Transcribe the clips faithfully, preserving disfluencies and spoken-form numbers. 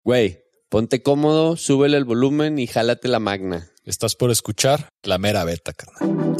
Güey, ponte cómodo, súbele el volumen y jálate la magna. Estás por escuchar La Mera Beta, carnal.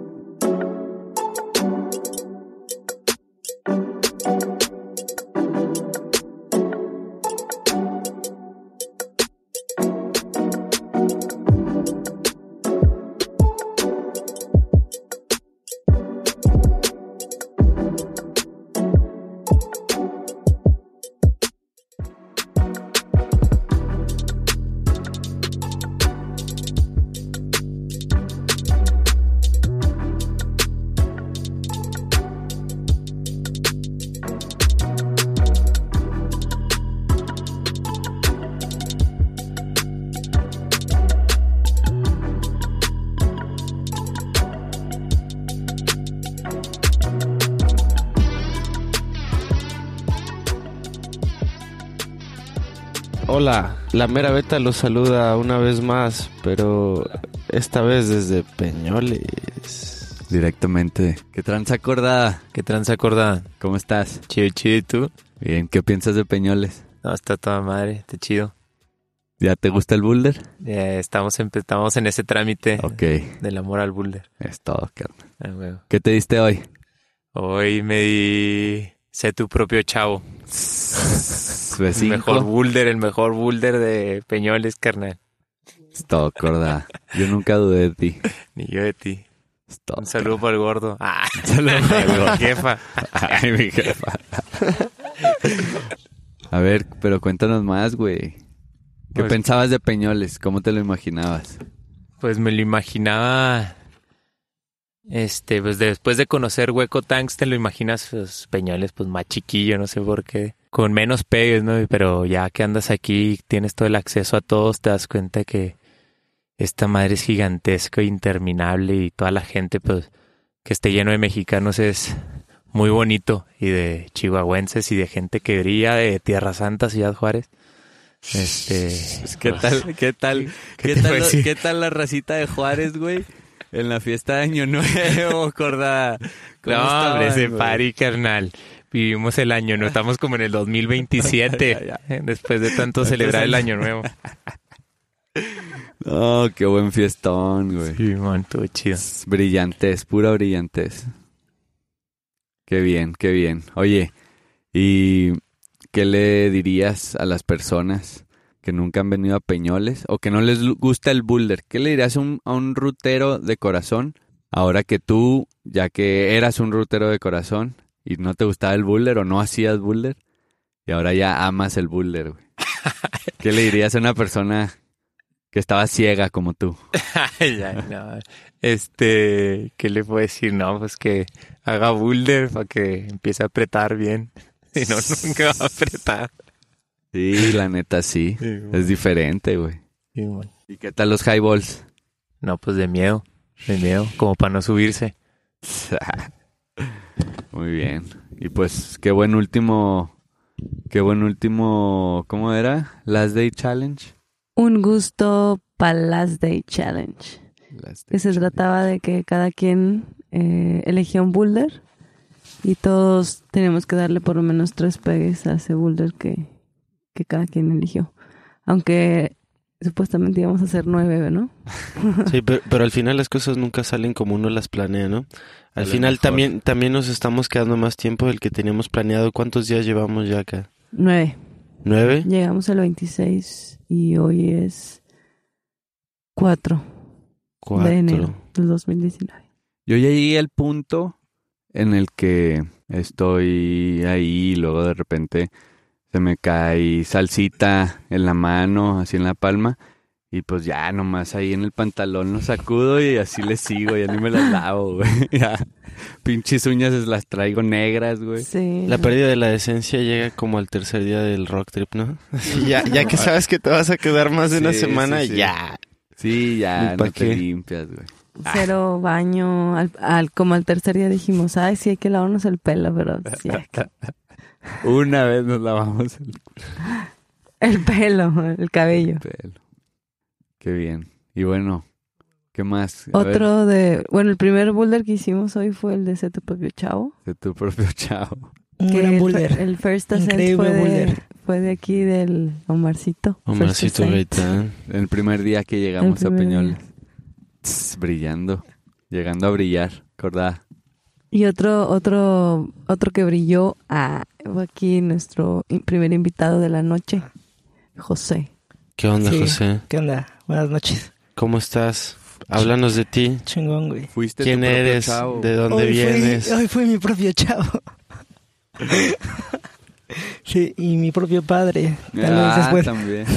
Hola, La Mera Beta los saluda una vez más, pero esta vez desde Peñoles. Directamente. ¿Qué tranza acordada? ¿Qué tranza acordada? ¿Cómo estás? Chido, chido, ¿y tú? Bien, ¿qué piensas de Peñoles? No, está toda madre, está chido. ¿Ya te gusta el boulder? Eh, estamos, en, estamos en ese trámite Ok. del amor al boulder. Es todo, carnal. Ah, huevo. ¿Qué te diste hoy? Hoy me di... Sé tu propio chavo. El El mejor boulder, el mejor boulder de Peñoles, carnal. Es todo, acordada. Yo nunca dudé de ti. Ni yo de ti. Es todo, Un saludo para el gordo. Ah, Un saludo para el gordo. mi jefa. Ay, mi jefa. A ver, pero cuéntanos más, güey. ¿Qué Pues- pensabas de Peñoles? ¿Cómo te lo imaginabas? Pues me lo imaginaba... Este, pues después de conocer Hueco Tanks, te lo imaginas, pues, Peñoles, pues más chiquillo, no sé por qué. Con menos pegues, ¿no? Pero ya que andas aquí, tienes todo el acceso a todos, te das cuenta que esta madre es gigantesca e interminable y toda la gente, pues, que esté lleno de mexicanos es muy bonito. Y de chihuahuenses y de gente que brilla de Tierra Santa, Ciudad Juárez. Este... ¿Qué pues, tal, qué tal, ¿qué qué te tal, voy a lo- decir? qué tal la racita de Juárez, güey? En la fiesta de Año Nuevo, acordada. ¿Cómo No, estaban, hombre, ese güey? party, carnal. Vivimos el año, no estamos como en el dos mil veintisiete, Ya, ya. después de tanto celebrar el año nuevo. Oh, qué buen fiestón, güey. Sí, man, todo chido. Brillantez, pura brillantez. Qué bien, qué bien. Oye, ¿y qué le dirías a las personas que nunca han venido a Peñoles o que no les lu- gusta el boulder? ¿Qué le dirías a un, a un rutero de corazón ahora que tú, ya que eras un rutero de corazón y no te gustaba el boulder o no hacías boulder y ahora ya amas el boulder, güey? ¿Qué le dirías a una persona que estaba ciega como tú? Ay, ya, no. Este, ¿qué le puedo decir? No, pues que haga boulder para que empiece a apretar bien. Si no, nunca va a apretar. Sí, la neta sí. Sí, güey. Es diferente, güey. Sí, man. ¿Y qué tal los highballs? No, pues de miedo, de miedo, como para no subirse. Muy bien. Y pues, qué buen último... Qué buen último... ¿Cómo era? Last Day Challenge. Un gusto para Last Day Challenge. Last Que Day se Challenge. trataba de que cada quien eh, elegía un boulder y todos teníamos que darle por lo menos tres pegues a ese boulder que, que cada quien eligió. Aunque supuestamente íbamos a hacer nueve, ¿no? Sí, pero, pero al final las cosas nunca salen como uno las planea, ¿no? A Al lo final mejor. también también nos estamos quedando más tiempo del que teníamos planeado. ¿Cuántos días llevamos ya acá? Nueve. ¿Nueve? Llegamos al veintiséis y hoy es cuatro Cuatro. de enero del dos mil diecinueve. Yo ya llegué al punto en el que estoy ahí y luego de repente se me cae salsita en la mano, así en la palma. Y pues ya nomás ahí en el pantalón lo sacudo y así le sigo, ya ni me las lavo, güey. Ya, pinches uñas las traigo negras, güey. Sí. La pérdida de la decencia llega como al tercer día del rock trip, ¿no? ya, ya que sabes que te vas a quedar más de una Sí, semana, sí, sí. ya. Sí, ya ¿Y pa' no te qué? limpias, güey. Cero baño. Al, al- como al tercer día dijimos, ay, sí hay que lavarnos el pelo, pero sí hay que- Una vez nos lavamos el el pelo, el cabello. pelo. Qué bien. Y bueno, ¿qué más? A ver, Otro de, bueno, el primer boulder que hicimos hoy fue el de Sé tu propio chavo. de tu propio chavo. Un Que gran el, boulder. fir- el first ascent Increíble fue de, boulder. fue de aquí del Omarcito. Omarcito First Gaitán. El primer día que llegamos El a primer Peñoles. Tss, brillando. Llegando a brillar, ¿verdad? Y otro, otro, otro que brilló ah, fue aquí nuestro in- primer invitado de la noche, José. ¿Qué onda, Sí. José? ¿Qué onda? Buenas noches. ¿Cómo estás? Háblanos de ti. Chingón, güey. Fuiste ¿Quién tu propio eres? chavo. ¿De dónde Hoy fui- vienes? hoy fui mi propio chavo. Sí, y mi propio padre. Tal vez Ah, después. también.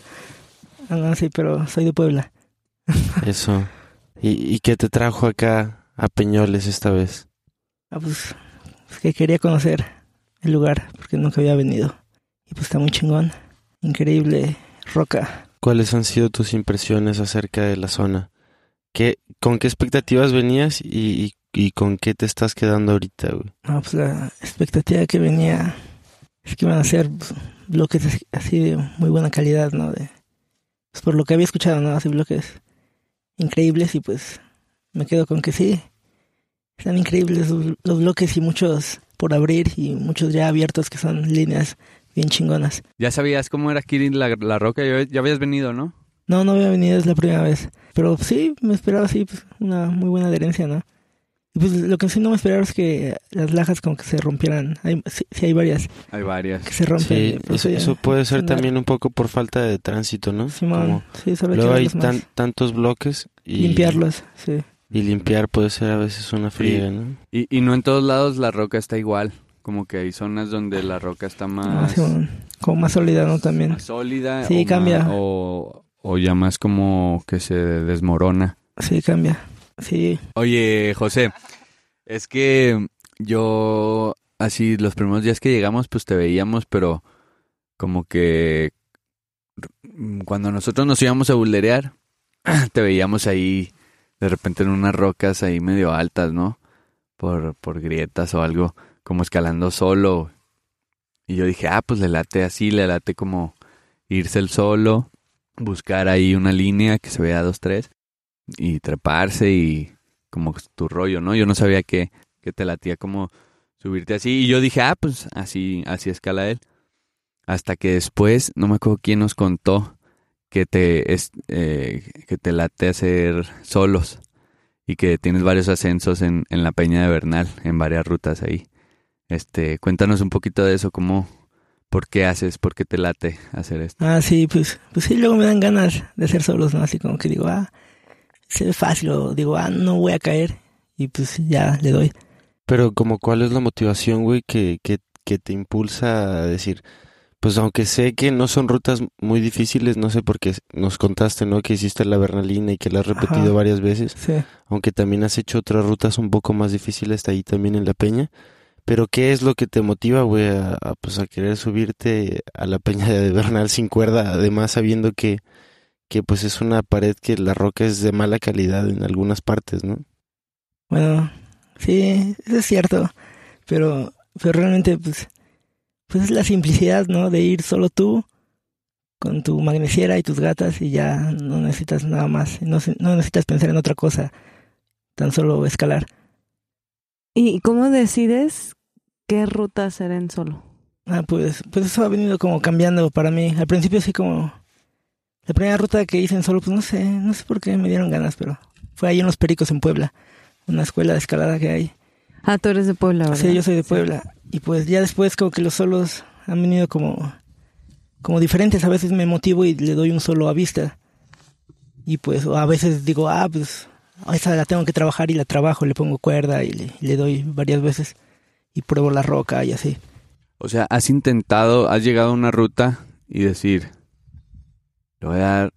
Ah, no, sí, pero soy de Puebla. Eso. ¿Y, ¿Y qué te trajo acá a Peñoles esta vez? Ah, pues, es que quería conocer el lugar porque nunca había venido. Y pues está muy chingón. Increíble roca. ¿Cuáles han sido tus impresiones acerca de la zona? ¿Qué, ¿Con qué expectativas venías y, y, y con qué te estás quedando ahorita, güey? No, pues la expectativa que venía es que iban a ser pues, bloques así- así de muy buena calidad, ¿no? De, pues por lo que había escuchado, ¿no? Así bloques increíbles y pues me quedo con que sí. Están increíbles los, los bloques y muchos por abrir y muchos ya abiertos que son líneas bien chingonas. Ya sabías cómo era aquí la, la roca, ya, ya habías venido, ¿no? No, no había venido, es la primera vez. Pero sí, me esperaba así pues, una muy buena adherencia, ¿no? Y pues lo que sí no me esperaba es que las lajas como que se rompieran. Hay, sí, sí hay varias Hay varias. que se rompen. Sí, y, pues, eso, ya, eso puede ser andar. también un poco por falta de tránsito, ¿no? Simón, Como sí, solo hay que luego hay verlos tan- más. tantos bloques y Limpiarlos, sí. Y limpiar puede ser a veces una friega, ¿no? Y, y no en todos lados la roca está igual. Como que hay zonas donde la roca está Ah, más, Simón, como más sólida, ¿no? También. más sólida. Sí, o cambia. más- o, o ya más como que se desmorona. Sí, cambia. Sí. Oye, José, es que yo, así, los primeros días que llegamos, pues te veíamos, pero como que mm, cuando nosotros nos íbamos a bulderear, te veíamos ahí de repente en unas rocas ahí medio altas, ¿no? Por, por grietas o algo, como escalando solo. Y yo dije, ah, pues le late así, le late como irse el solo, buscar ahí una línea que se vea dos, tres, y treparse y como tu rollo, ¿no? Yo no sabía que, que te latía como subirte así. Y yo dije, ah, pues así, así escala él. Hasta que después, no me acuerdo quién nos contó que te, es, eh, que te late hacer solos y que tienes varios ascensos en, en la Peña de Bernal, en varias rutas ahí. Este, cuéntanos un poquito de eso, cómo, por qué haces, por qué te late hacer esto. Ah, sí, pues, pues sí, luego me dan ganas de hacer solos, ¿no? Así como que digo, ah, se ve fácil, o digo, ah, no voy a caer, y pues ya le doy. Pero como cuál es la motivación, güey, que, que, que te impulsa a decir, pues aunque sé que no son rutas muy difíciles, no sé por qué nos contaste, ¿no? Que hiciste la Bernalina y que la has repetido Ajá. varias veces, Sí. aunque también has hecho otras rutas un poco más difíciles ahí también en la Peña. Pero ¿qué es lo que te motiva, güey, a, a, pues, a querer subirte a la Peña de Bernal sin cuerda? Además, sabiendo que, que pues es una pared que la roca es de mala calidad en algunas partes, ¿no? Bueno, sí, eso es cierto, pero, pero realmente, pues, pues es la simplicidad, ¿no? De ir solo tú, con tu magnesiera y tus gatas, y ya no necesitas nada más, no, se- no necesitas pensar en otra cosa, tan solo escalar. ¿Y cómo decides qué ruta hacer en solo? Ah, pues, pues eso ha venido como cambiando para mí. Al principio sí como... La primera ruta que hice en solo, pues no sé, no sé por qué me dieron ganas, pero fue ahí en Los Pericos, en Puebla, una escuela de escalada que hay. Ah, tú eres de Puebla, ¿verdad? Sí, yo soy de Puebla. Y pues ya después como que los solos han venido como, como diferentes. A veces me motivo y le doy un solo a vista. Y pues o a veces digo, ah, pues esa la tengo que trabajar y la trabajo, le pongo cuerda y le, y le doy varias veces. Y pruebo la roca y así. O sea, has intentado, has llegado a una ruta y decir, le voy a dar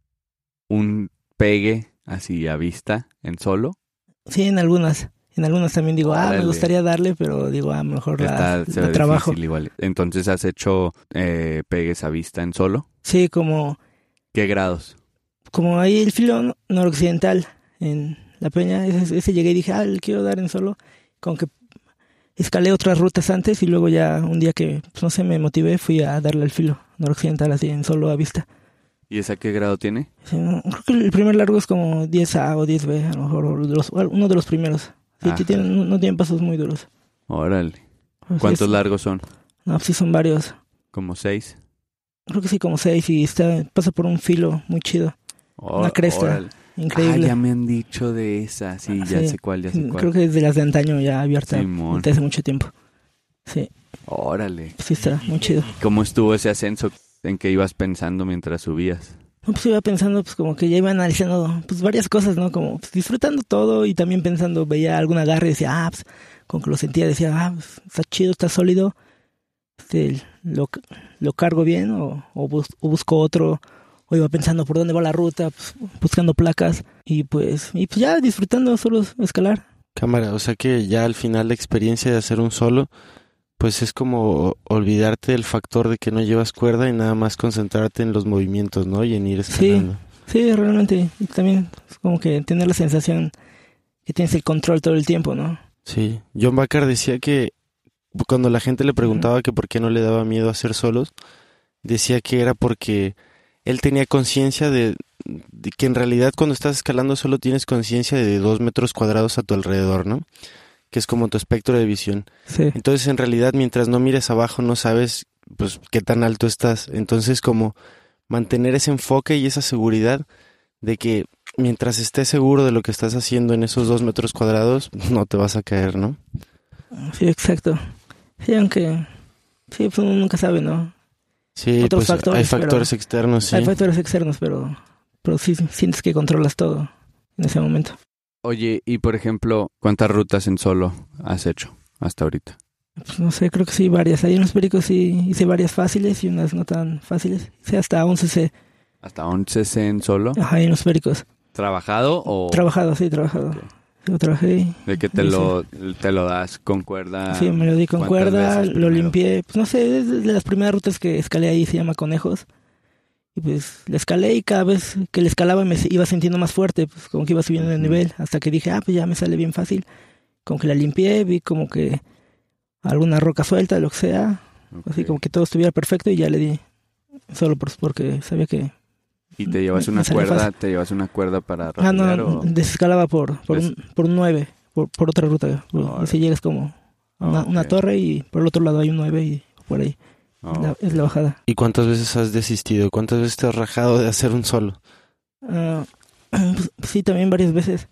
un pegue así a vista en solo. Sí, en algunas. En algunas también digo, ah, Órale. me gustaría darle, pero digo, ah, mejor la, Está, se la ve trabajo. difícil igual. Entonces has hecho eh, pegues a vista en solo. Sí, como, ¿Qué grados? como ahí el filo noroccidental en La Peña, ese, ese llegué y dije, ah, le quiero dar en solo. Como que escalé otras rutas antes y luego ya un día que, pues, no sé, me motivé, fui a darle al filo noroccidental así en solo a vista. ¿Y esa qué grado tiene? Sí, no, creo que el primer largo es como diez A o diez B, a lo mejor, o de los- uno de los primeros. Sí, Ajá. que tienen, no, no tienen pasos muy duros. Órale. Pues sí, ¿Cuántos es- largos son? No, sí son varios. Como seis. Creo que sí, como seis. Y está, pasa por un filo muy chido. Ó- Una cresta. órale. Increíble. Ah, ya me han dicho de esa. Sí, ya Sí. sé cuál, ya sé cuál. Creo que es de las de antaño ya abierta Simón. desde hace mucho tiempo. Sí, Órale. sí está muy chido. ¿Cómo estuvo ese ascenso? ¿En qué ibas pensando mientras subías? No, pues iba pensando, pues como que ya iba analizando pues varias cosas, ¿no? Como pues, disfrutando todo y también pensando, veía algún agarre y decía, ah, pues como que lo sentía, decía, ah, pues, está chido, está sólido, este, lo, lo cargo bien o, o, bus, o busco otro, o iba pensando por dónde va la ruta, pues, buscando placas y pues, y pues ya disfrutando solo escalar. Cámara, o sea que ya al final la experiencia de hacer un solo, pues es como olvidarte del factor de que no llevas cuerda y nada más concentrarte en los movimientos, ¿no? Y en ir escalando. Sí, realmente, y también es como que tener la sensación que tienes el control todo el tiempo, ¿no? Sí, John Baccar decía que cuando la gente le preguntaba que por qué no le daba miedo hacer solos, decía que era porque él tenía conciencia de, de que en realidad cuando estás escalando solo tienes conciencia de dos metros cuadrados a tu alrededor, ¿no? Que es como tu espectro de visión. Sí, Entonces, en realidad, mientras no mires abajo, no sabes, pues, qué tan alto estás. Entonces, como mantener ese enfoque y esa seguridad de que mientras estés seguro de lo que estás haciendo en esos dos metros cuadrados, no te vas a caer, ¿no? sí, exacto. Sí, aunque, sí, pues uno nunca sabe, ¿no? Sí, Otros pues hay factores, factores pero- externos, sí. Hay factores externos, pero, pero sí sientes que controlas todo en ese momento. Oye, y por ejemplo, ¿cuántas rutas en solo has hecho hasta ahorita? Pues no sé, creo que sí, varias. Ahí en los pericos sí hice varias fáciles y unas no tan fáciles. Hice hasta once C. ¿Hasta once C en solo? Ajá, ahí en los pericos. ¿Trabajado o Trabajado, sí, trabajado. Ok. Yo trabajé. de que te Sí, lo, te lo das con cuerda? Sí, me lo di con ¿Cuántas cuerda, veces lo primero? limpié. Pues no sé, es de las primeras rutas que escalé ahí, se llama Conejos. Y pues la escalé y cada vez que la escalaba me iba sintiendo más fuerte, pues como que iba subiendo de Ujú. nivel. Hasta que dije, ah, pues ya me sale bien fácil. Como que la limpié, vi como que alguna roca suelta, lo que sea. Así Ok. como que todo estuviera perfecto y ya le di. Solo por, porque sabía que... ¿Y te llevas me- una me sale cuerda? fácil. ¿Te llevas una cuerda para Ah, rapear no, o...? desescalaba por, por, Des- un, por un nueve, por, por otra ruta. Por- Órale. así llegas como a una, Ah, una ok. torre y por el otro lado hay un nueve y por ahí Oh, la- es la bajada. ¿Y cuántas veces has desistido? ¿Cuántas veces te has rajado de hacer un solo? Ah, pues, sí, también varias veces.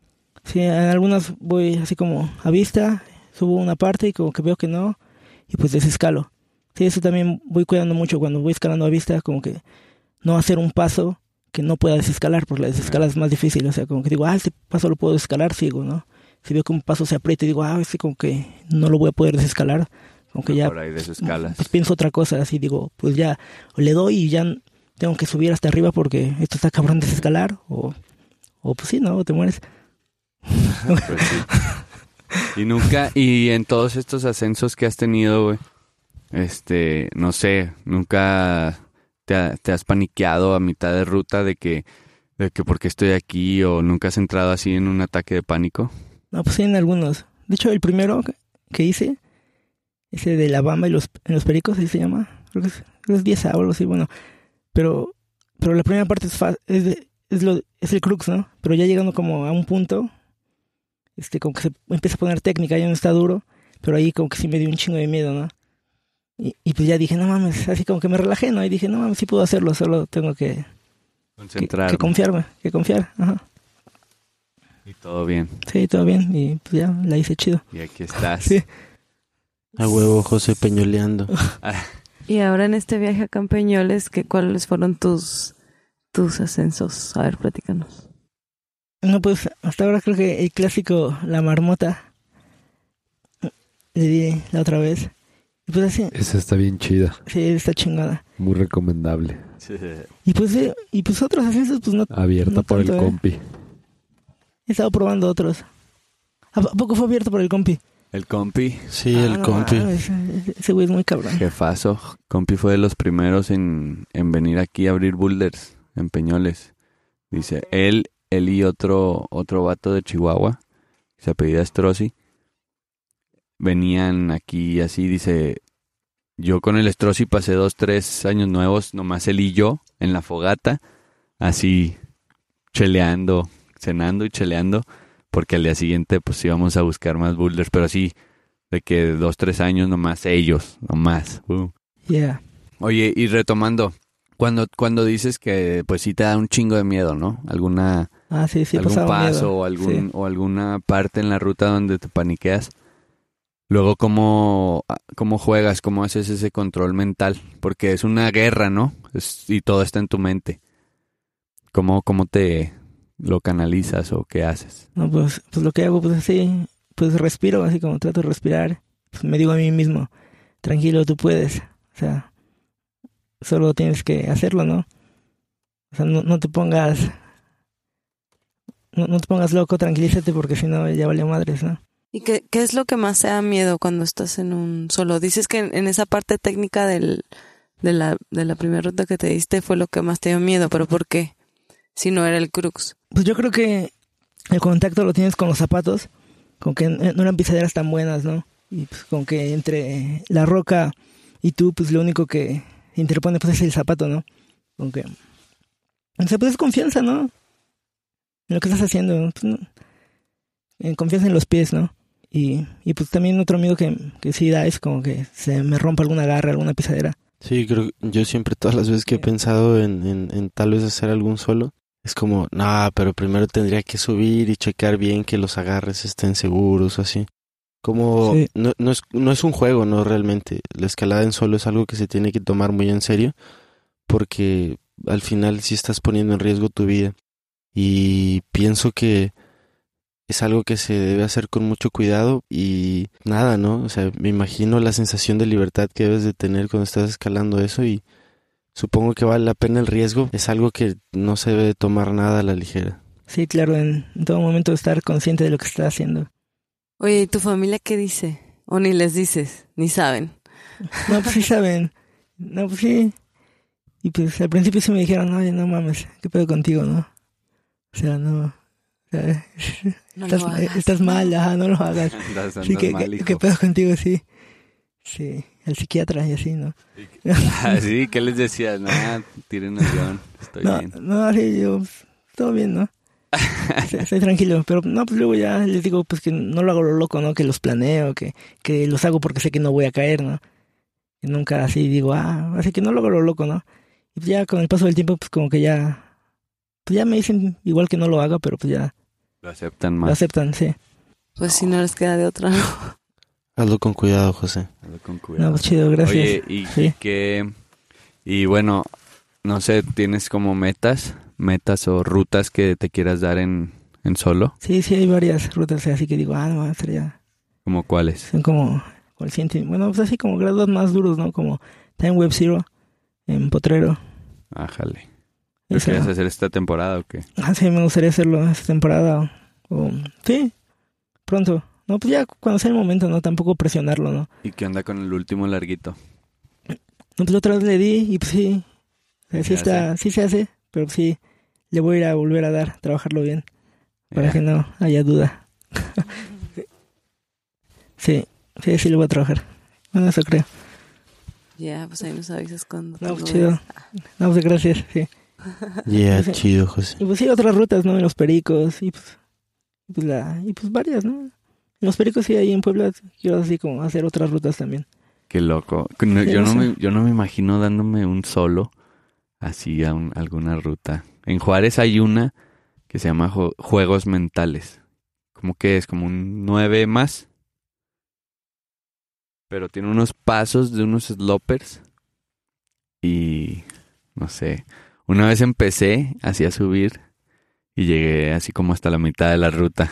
Sí, en algunas voy así como a vista, subo una parte y como que veo que no, y pues desescalo. Sí, eso también voy cuidando mucho cuando voy escalando a vista, como que no hacer un paso que no pueda desescalar, porque la desescalada es más difícil. O sea, como que digo, ah, este paso lo puedo desescalar, sigo, ¿no? Si veo que un paso se aprieta y digo, ah, este como que no lo voy a poder desescalar, como que ya por ahí de sus escalas. pues pienso otra cosa, así digo, pues ya le doy y ya tengo que subir hasta arriba porque esto está cabrón de escalar, o, o pues sí, ¿no? O te mueres. Pues sí. Y nunca, y en todos estos ascensos que has tenido, güey, este, no sé, nunca te, ha- te has paniqueado a mitad de ruta de que, de que por qué estoy aquí, o nunca has entrado así en un ataque de pánico. No, pues sí, en algunos. De hecho, el primero que- que hice, ese de la Bamba y los, en los Pericos, así se llama, creo que es, creo que es diez A o algo así, bueno, pero, pero la primera parte es, fa- es, de- es, lo, es el crux, ¿no? Pero ya llegando como a un punto, este, como que se empieza a poner técnica, ya no está duro, pero ahí como que sí me dio un chingo de miedo, ¿no? Y, y pues ya dije, no mames, así como que me relajé, ¿no? Y dije, no mames, sí puedo hacerlo, solo tengo que, que, Concentrar. que confiarme, que confiar, ajá. Y todo bien. Sí, todo bien, y pues ya la hice chido. Y aquí estás. Sí. A huevo, José peñoleando. Y ahora en este viaje a Campeñoles, ¿qué, ¿cuáles fueron tus, tus ascensos? A ver, platícanos. No, pues hasta ahora creo que el clásico La Marmota le di la otra vez. Y pues así, Esa está bien chida, sí, está chingada. muy recomendable. Y pues, eh, y pues otros ascensos, pues no. Abierta No por tanto, el eh. compi. He estado probando otros. ¿A po- a poco fue abierto por el compi? El compi, Sí, Ah, el no compi. mames, ese güey es muy cabrón. jefazo. Compi fue de los primeros en, en venir aquí a abrir boulders en Peñoles. Dice, él, él y otro, otro vato de Chihuahua, que se apellida Strozzi, venían aquí así, dice, yo con el Strozzi pasé dos, tres años nuevos, nomás él y yo, en la fogata, así, cheleando, cenando y cheleando, porque al día siguiente pues íbamos a buscar más boulders, pero así, de que dos, tres años nomás ellos, nomás. Uh. Yeah. Oye, y retomando, cuando, cuando dices que pues sí te da un chingo de miedo, ¿no? Alguna, Ah, sí, sí, he algún pasado paso miedo. o, algún, Sí. o alguna parte en la ruta donde te paniqueas. Luego, ¿cómo, ¿cómo juegas? ¿Cómo haces ese control mental? Porque es una guerra, ¿no? Es- y todo está en tu mente. ¿Cómo, cómo te lo canalizas o qué haces? No, pues, pues lo que hago, pues así, pues respiro, así como trato de respirar. Pues me digo a mí mismo, tranquilo, tú puedes. O sea, solo tienes que hacerlo, ¿no? O sea, no, no te pongas, no, no te pongas loco, tranquilízate porque si no ya valió madres, ¿no? ¿Y qué, qué es lo que más te da miedo cuando estás en un solo? Dices que en, en esa parte técnica del, de la, de la primera ruta que te diste fue lo que más te dio miedo, pero ¿por qué? Si no era el crux. Pues yo creo que el contacto lo tienes con los zapatos, con que no eran pisaderas tan buenas, ¿no? Y pues con que entre la roca y tú, pues lo único que interpone pues es el zapato, ¿no? Con que, o sea, pues es confianza, ¿no? En lo que estás haciendo, ¿no? Pues, no. En confianza en los pies, ¿no? Y, y pues también otro miedo que, que sí da es como que se me rompa alguna garra, alguna pisadera. Sí, creo yo siempre todas las veces que he pensado en, en, en tal vez hacer algún solo, es como, no, pero primero tendría que subir y checar bien que los agarres estén seguros o así. Como Sí. no, no, es, no es un juego, no realmente. La escalada en solo es algo que se tiene que tomar muy en serio porque al final sí estás poniendo en riesgo tu vida. Y pienso que es algo que se debe hacer con mucho cuidado y nada, ¿no? O sea, me imagino la sensación de libertad que debes de tener cuando estás escalando eso y supongo que vale la pena el riesgo. Es algo que no se debe de tomar nada a la ligera. Sí, claro, en, en todo momento estar consciente de lo que estás haciendo. Oye, ¿y tu familia qué dice? O ni les dices, ni saben. No, pues sí saben. No, pues sí. Y pues al principio sí me dijeron, oye, no mames, ¿qué pedo contigo, no? O sea, no. O sea, No estás, lo hagas. estás mal, ajá, no lo hagas. Andas, Sí, andas ¿qué, mal, qué, hijo. qué pedo contigo? Sí. Sí, el psiquiatra y así, ¿no? Ah, sí, ¿qué les decías? Nada, tiren el guión, estoy No, bien. no, así yo, pues, todo bien, ¿no? Estoy, estoy tranquilo, pero no, pues luego ya les digo, pues que no lo hago lo loco, ¿no? Que los planeo, que, que los hago porque sé que no voy a caer, ¿no? Y nunca así digo, ah, así que no lo hago lo loco, ¿no? Y pues ya con el paso del tiempo, pues como que ya, pues ya me dicen igual que no lo haga, pero pues ya Lo aceptan lo más. aceptan, sí. Pues si no les queda de otra, ¿no? Hazlo con cuidado, José. Hazlo con cuidado. No, pues chido, gracias. Oye, y, Sí. y que, y bueno, no sé, ¿tienes como metas, metas o rutas que te quieras dar en, en solo? Sí, sí, hay varias rutas así que digo, ah, no, sería, ¿Como cuáles? son como, como el siguiente, bueno, pues así como grados más duros, ¿no? Como Time Web Zero, en Potrero. Ájale. ¿Lo Esa- quieres hacer esta temporada o qué? Ah, sí, me gustaría hacerlo esta temporada. O, o- sí, pronto. No, pues ya cuando sea el momento, ¿no? Tampoco presionarlo, ¿no? ¿Y qué onda con el último larguito? No, pues otra vez le di y pues sí. O sea, ¿Se sí está, sí se hace, pero sí le voy a ir a volver a dar, trabajarlo bien, para Ya. que no haya duda. Sí, sí, sí le voy a trabajar. Bueno, eso creo. Ya, pues ahí nos avisas cuando. No, te pues lo chido. veas. No, pues gracias, sí. Yeah, Sí. chido, José. Y pues sí, otras rutas, ¿no? En Los Pericos y pues, y pues, la, y pues varias, ¿no? En Los Pericos sí, ahí en Puebla quiero así como hacer otras rutas también. Qué loco. No, Sí, yo, no sí. me, yo no me imagino dándome un solo así a un- alguna ruta. En Juárez hay una que se llama Ju- Juegos Mentales. ¿Cómo que es? Como un nueve más. Pero tiene unos pasos de unos slopers. Y no sé. Una vez empecé así a subir y llegué así como hasta la mitad de la ruta.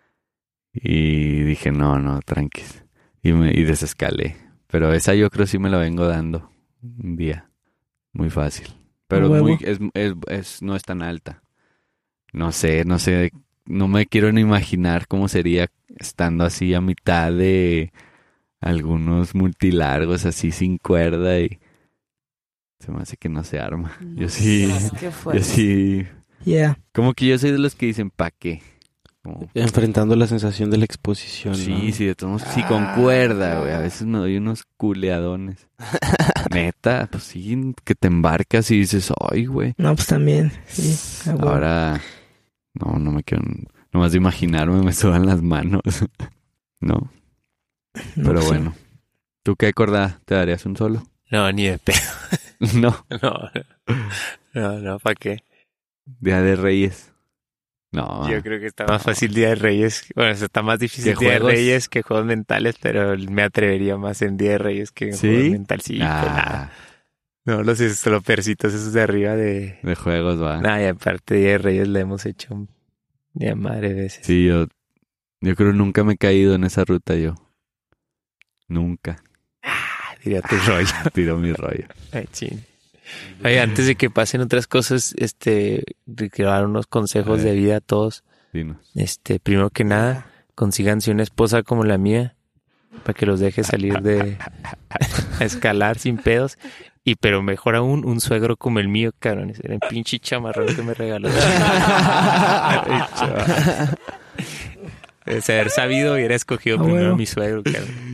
Y dije, no, no, tranquis. Y, me, y desescalé. Pero esa yo creo sí me la vengo dando un día. Muy fácil. Pero Huevo. muy, es, es, es, no es tan alta. No sé, no sé. No me quiero ni imaginar cómo sería estando así a mitad de algunos multilargos así sin cuerda y se me hace que no se arma. No Yo sí, seas, qué yo fuerte. sí. Yeah. Como que yo soy de los que dicen, ¿pa' qué? Como, Enfrentando la sensación de la exposición, sí, ¿no? sí, de todos modos, sí, con cuerda, güey. A veces me doy unos culeadones. Neta, pues sí, que te embarcas y dices, ay, güey. No, pues también, sí. a huevo. Ahora, no, no me quiero, nomás de imaginarme me sudan las manos. No, No, pero pues sí. bueno. ¿Tú qué corda te darías un solo? No, ni de pedo. No, No, no, no, ¿para qué? Día de Reyes. No. Yo creo que está más fácil Día de Reyes. Bueno, está más difícil ¿Qué Día de juegos? Reyes que juegos mentales, pero me atrevería más en Día de Reyes que en ¿Sí? juegos mentales. Sí, Ah, pues nada. No, los estropercitos esos de arriba de... de juegos, va. Nada, y aparte Día de Reyes le hemos hecho un... de madre veces. Sí, yo, yo creo que nunca me he caído en esa ruta yo. Nunca. Ah, diría tu rollo. Tiro mi rollo. Ay, chin. Oye, antes de que pasen otras cosas, este, de que dar unos consejos A de ver. vida a todos. Dinos. Este, primero que nada, consíganse una esposa como la mía para que los deje salir de a escalar sin pedos. Y pero mejor aún, un suegro como el mío, cabrón. Era el pinche chamarrón que me regaló. Ay, chaval. De haber sabido, hubiera escogido Ah, primero bueno. a mi suegro, cabrón.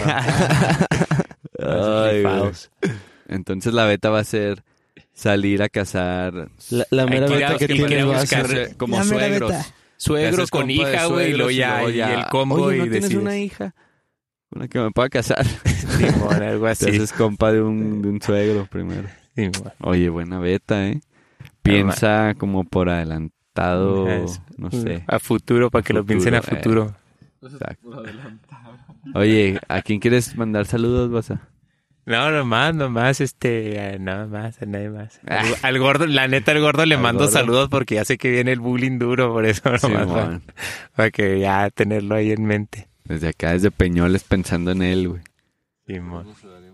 Ay, Rifados. Entonces la beta va a ser salir a cazar La, la mera Aquí beta vamos, que que tienes podríamos va a buscar- ser... como La mera suegros. beta. Te Suegro haces con compa de hija, güey, y suegros luego y ya, luego y ya, el combo Oye, ¿no y tienes decides. una hija? Una que me pueda casar. Simón, algo Te así. haces compa de un, de un suegro primero. Simón. Oye, buena beta, ¿eh? Piensa como por adelantado, Es- no sé. A futuro, para que lo Futuro, piensen a eh. futuro. Exacto. Oye, ¿a quién quieres mandar saludos, Baza? No, nomás, nomás, este, eh, nada más, a nadie más. Al, al gordo, la neta, al gordo le Al mando gordo. saludos porque ya sé que viene el bullying duro, por eso nomás, para, Simón. para que ya tenerlo ahí en mente. Desde acá, desde Peñoles, pensando en él, güey. Simón.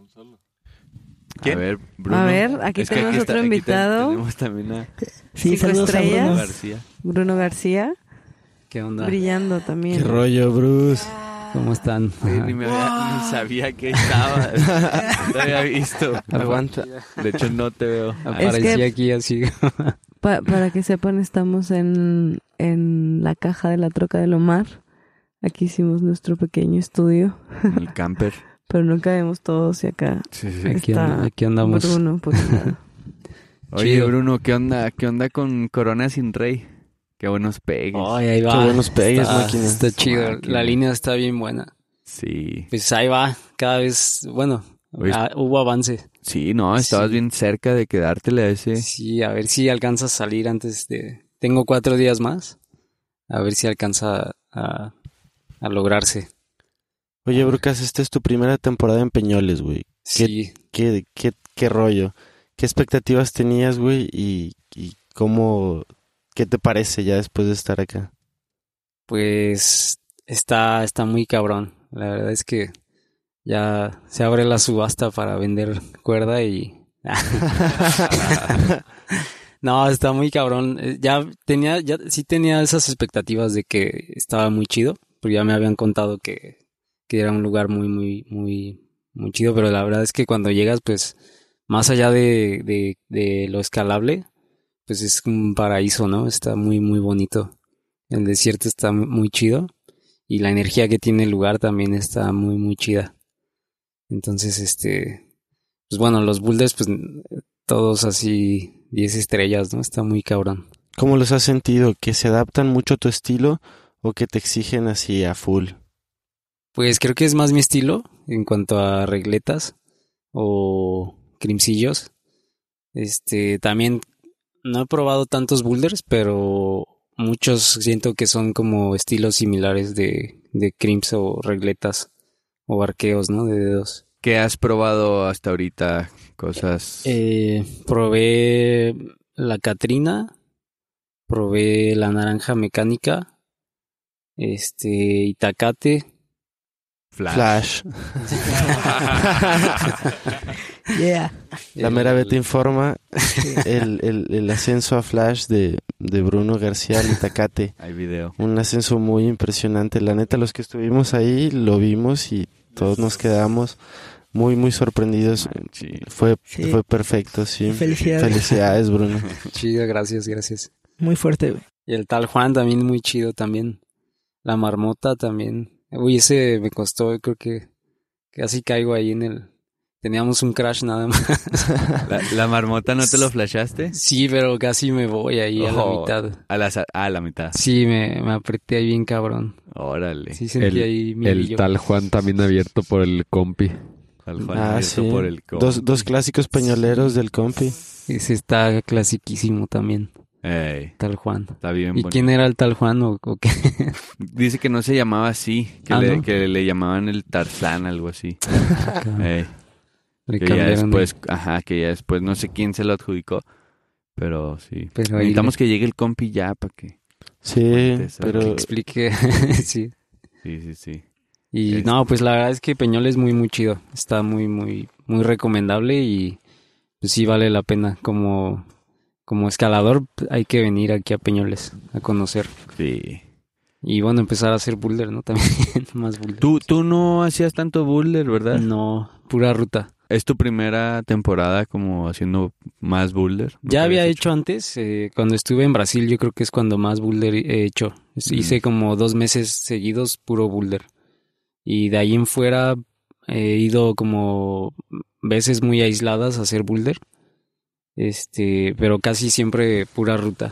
A ¿Quién? ver, Bruno. A ver, aquí Es que tenemos está- otro aquí te- invitado. tenemos también a Sí, Cinco saludos a estrellas. Bruno. García. Bruno García, ¿Qué onda? brillando también. ¿Qué rollo, Bruce? ¿Cómo están? Sí, Ajá. ni, me había- ni sabía que estaba. No te había visto. Aguanta. De hecho, no te veo. Aparecí Es que- aquí así. Pa- para que sepan, estamos en, en la caja de la troca del Omar. Aquí hicimos nuestro pequeño estudio, El camper. pero no cabemos todos y acá Sí, sí. Aquí, está and- aquí andamos. Bruno por un lado. Oye, Chido. Bruno, ¿qué onda? ¿Qué onda con Corona sin Rey? Qué buenos pegues. Ay, ahí va. Qué buenos pegues, está, máquina. está chido. Máquina. La línea está bien buena. Sí. Pues ahí va. Cada vez, bueno, Oye, ah, hubo avance. Sí, no, estabas Sí. bien cerca de quedártela a ese. Sí, a ver si alcanza a salir antes de... Tengo cuatro días más. A ver si alcanza a, a lograrse. Oye, Brucas, esta es tu primera temporada en Peñoles, güey. Sí. ¿Qué, qué, qué rollo? ¿Qué expectativas tenías, güey? Y, y cómo... ¿Qué te parece ya después de estar acá? Pues está, está muy cabrón. La verdad es que ya se abre la subasta para vender cuerda y... No, está muy cabrón. Eh, Ya tenía, ya sí tenía esas expectativas de que estaba muy chido, porque ya me habían contado que, que era un lugar muy, muy, muy, muy chido, pero la verdad es que cuando llegas, pues, más allá de, de, de lo escalable, pues es un paraíso, ¿no? Está muy, muy bonito. El desierto está muy chido y la energía que tiene el lugar también está muy, muy chida. Entonces, este, pues bueno, los boulders, pues todos así diez estrellas, ¿no? Está muy cabrón. ¿Cómo los has sentido? ¿Que se adaptan mucho a tu estilo o que te exigen así a full? Pues creo que es más mi estilo en cuanto a regletas o crimsillos. Este, también no he probado tantos boulders, pero muchos siento que son como estilos similares de, de crims o regletas o arqueos, ¿no? De dedos. ¿Qué has probado hasta ahorita? Cosas... Eh, probé la Catrina, probé la naranja mecánica, este, Itacate. Flash. Flash. Yeah. La mera beta informa el, el, el ascenso a Flash de, de Bruno García al Itacate. Hay video. Un ascenso muy impresionante. La neta, los que estuvimos ahí lo vimos y todos nos quedamos muy, muy sorprendidos. Sí. Fue, Sí. fue perfecto, sí. Felicidades. Felicidades, Bruno. Chido, gracias, gracias. Muy fuerte, güey. Y el tal Juan también muy chido también. La marmota también. Uy, ese me costó, creo que casi caigo ahí en el... Teníamos un crash nada más. ¿La, la marmota no te lo flashaste? Sí, pero casi me voy ahí a la Oh, mitad. A la, sa- a la mitad. Sí, me, me apreté ahí bien cabrón. Órale. Sí sentí El- ahí mi El brillo. tal Juan también abierto por el compi. Tal Juan Ah, abierto sí. por el compi. Dos, dos clásicos pañoleros del compi. Ese está clasiquísimo también, Ey, Tal Juan. está bien ¿Y bonito. quién era el Tal Juan o, o qué? Dice que no se llamaba así, que, Ah, le, ¿no? que le llamaban el Tarzán, algo así. Ey, Le que ya cambiaron. después, ajá, que ya después no sé quién se lo adjudicó, pero sí. Pero ahí Necesitamos que llegue el compi ya para que... Sí, Cuente esa- pero que explique. Sí. Sí, sí, sí. Y Es- no, pues la verdad es que Peñol es muy, muy chido. Está muy, muy, muy recomendable y pues sí vale la pena. Como, como escalador hay que venir aquí a Peñoles a conocer. Sí. Y bueno, empezar a hacer boulder, ¿no? También más boulder. Tú, tú no hacías tanto boulder, ¿verdad? No, pura ruta. ¿Es tu primera temporada como haciendo más boulder? ¿No Ya te había habías hecho antes, eh, cuando estuve en Brasil, yo creo que es cuando más boulder he hecho. Es- Mm. Hice como dos meses seguidos puro boulder. Y de ahí en fuera he ido como veces muy aisladas a hacer boulder. Este, pero casi siempre pura ruta.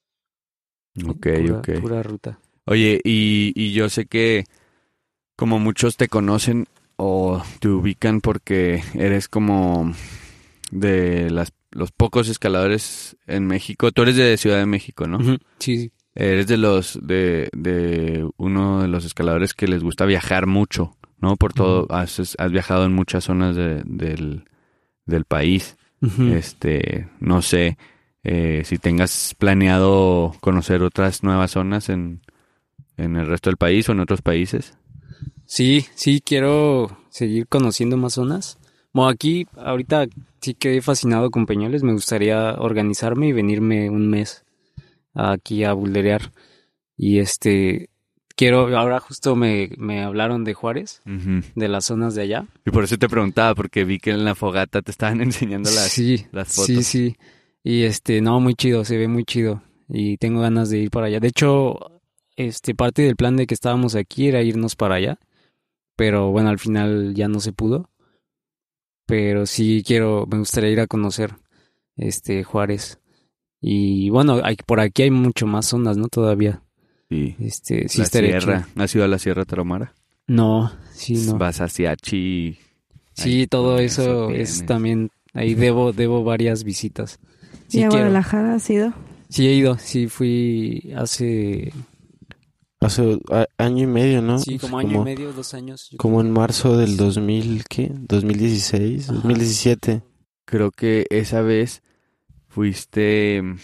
Ok, pura, ok. Pura ruta. Oye, y, y yo sé que como muchos te conocen o te ubican porque eres como de las, los pocos escaladores en México. Tú eres de Ciudad de México, ¿no? Ujú, sí, sí. Eres de los de, de uno de los escaladores que les gusta viajar mucho, ¿no? Por todo, has, has viajado en muchas zonas de- del, del país. Ujú. Este, no sé eh, si tengas planeado conocer otras nuevas zonas en, en el resto del país o en otros países. Sí, sí, quiero seguir conociendo más zonas. Bueno, aquí ahorita sí quedé fascinado con Peñoles. Me gustaría organizarme y venirme un mes aquí a boulderear. Y este, quiero, ahora justo me, me hablaron de Juárez, Ujú. de las zonas de allá. Y por eso te preguntaba, porque vi que en la fogata te estaban enseñando las, sí, las fotos. sí, sí. Y este, no, muy chido, se ve muy chido. Y tengo ganas de ir para allá. De hecho, este, parte del plan de que estábamos aquí era irnos para allá. Pero bueno, al final ya no se pudo. Pero sí quiero, me gustaría ir a conocer este Juárez. Y bueno, hay, por aquí hay mucho más zonas, ¿no? Todavía. Sí. Este, sí La estaría sierra. chido. ¿Has ido a la Sierra Tarahumara? No, sí, no. Vas hacia Chi. Sí, Ahí todo con eso tienes. es también, ahí debo, debo varias visitas. Sí ¿Y a quiero. Guadalajara has ido? Sí he ido, sí fui hace, hace a- año y medio, ¿no? sí, Es como año y medio, dos años. yo Como creo. en marzo del dos mil, ¿qué? dos mil dieciséis, Ajá. dos mil diecisiete. Creo que esa vez fuiste mm,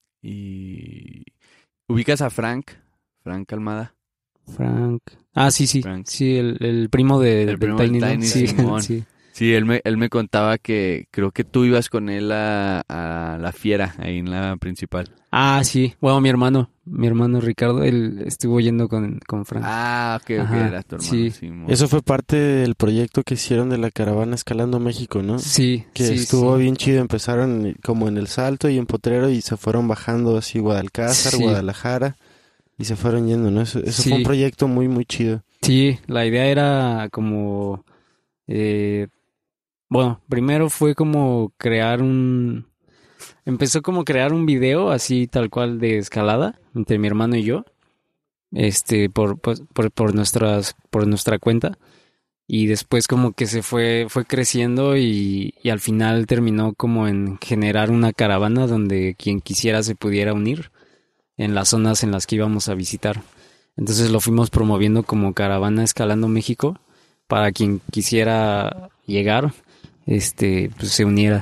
y... ¿Ubicas a Frank? Frank Almada. Frank. Ah, sí, sí, Frank. sí, el, el primo de, El del primo del Tiny, ¿no? Tiny, Sí, Simón. sí. Sí, él me, él me contaba que creo que tú ibas con él a, a la fiera, ahí en la principal. Ah, sí, bueno, mi hermano, mi hermano Ricardo, él estuvo yendo con, con Frank. Ah, ok, ok, Ajá, era tu hermano. sí. Simón. Eso fue parte del proyecto que hicieron de la caravana Escalando México, ¿no? Sí, Que sí, estuvo sí. bien chido. Empezaron como en El Salto y en Potrero y se fueron bajando así Guadalcázar, Sí. Guadalajara y se fueron yendo, ¿no? Eso, eso Sí. fue un proyecto muy, muy chido. Sí, la idea era como, eh, bueno, primero fue como crear un, empezó como crear un video así tal cual de escalada entre mi hermano y yo, este, por, pues, por, por nuestras, por nuestra cuenta. Y después como que se fue, fue creciendo y, y al final terminó como en generar una caravana donde quien quisiera se pudiera unir en las zonas en las que íbamos a visitar. Entonces lo fuimos promoviendo como Caravana Escalando México para quien quisiera llegar, este, pues se uniera.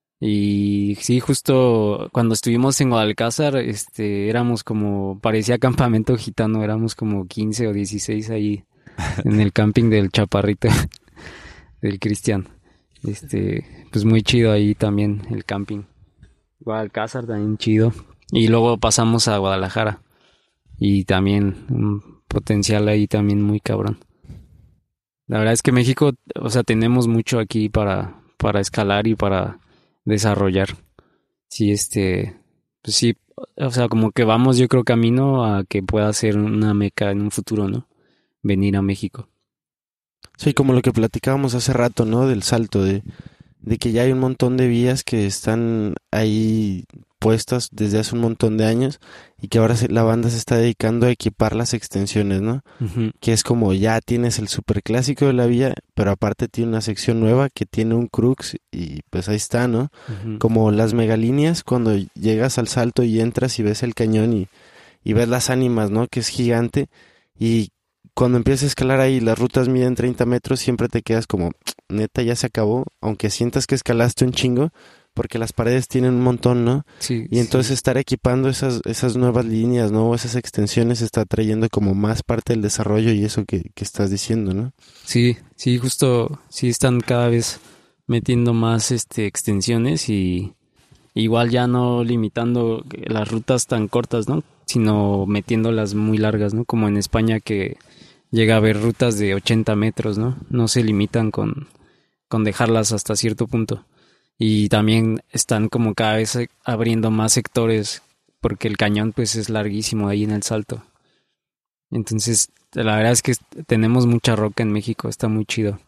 Y sí, justo cuando estuvimos en Guadalcázar, este, éramos como, parecía campamento gitano, éramos como quince o dieciséis ahí en el camping del Chaparrito, del Cristian. Este, pues muy chido ahí también el camping. Guadalcázar también chido. Y luego pasamos a Guadalajara. Y también un potencial ahí también muy cabrón. La verdad es que México, o sea, tenemos mucho aquí para, para escalar y para desarrollar. Sí, este, pues sí, o sea, como que vamos yo creo camino a que pueda ser una meca en un futuro, ¿no? Venir a México. Sí, como lo que platicábamos hace rato, ¿no? Del Salto, de, de que ya hay un montón de vías que están ahí puestas desde hace un montón de años y que ahora se, la banda se está dedicando a equipar las extensiones, ¿no? Ujú. Que es como ya tienes el superclásico de la vía, pero aparte tiene una sección nueva que tiene un crux y pues ahí está, ¿no? Ujú. Como las megalíneas cuando llegas al salto y entras y ves el cañón y, y ves las ánimas, ¿no? Que es gigante y cuando empiezas a escalar ahí las rutas miden treinta metros, siempre te quedas como, neta, ya se acabó, aunque sientas que escalaste un chingo, porque las paredes tienen un montón, ¿no? Sí, Y entonces sí. estar equipando esas esas nuevas líneas, ¿no? Esas extensiones está trayendo como más parte del desarrollo y eso que, que estás diciendo, ¿no? Sí, sí, justo, sí están cada vez metiendo más este extensiones y igual ya no limitando las rutas tan cortas, ¿no? Sino metiéndolas muy largas, ¿no? Como en España que llega a haber rutas de ochenta metros, ¿no? No se limitan con, con dejarlas hasta cierto punto. Y también están como cada vez abriendo más sectores porque el cañón pues es larguísimo ahí en el salto. Entonces, la verdad es que tenemos mucha roca en México, está muy chido.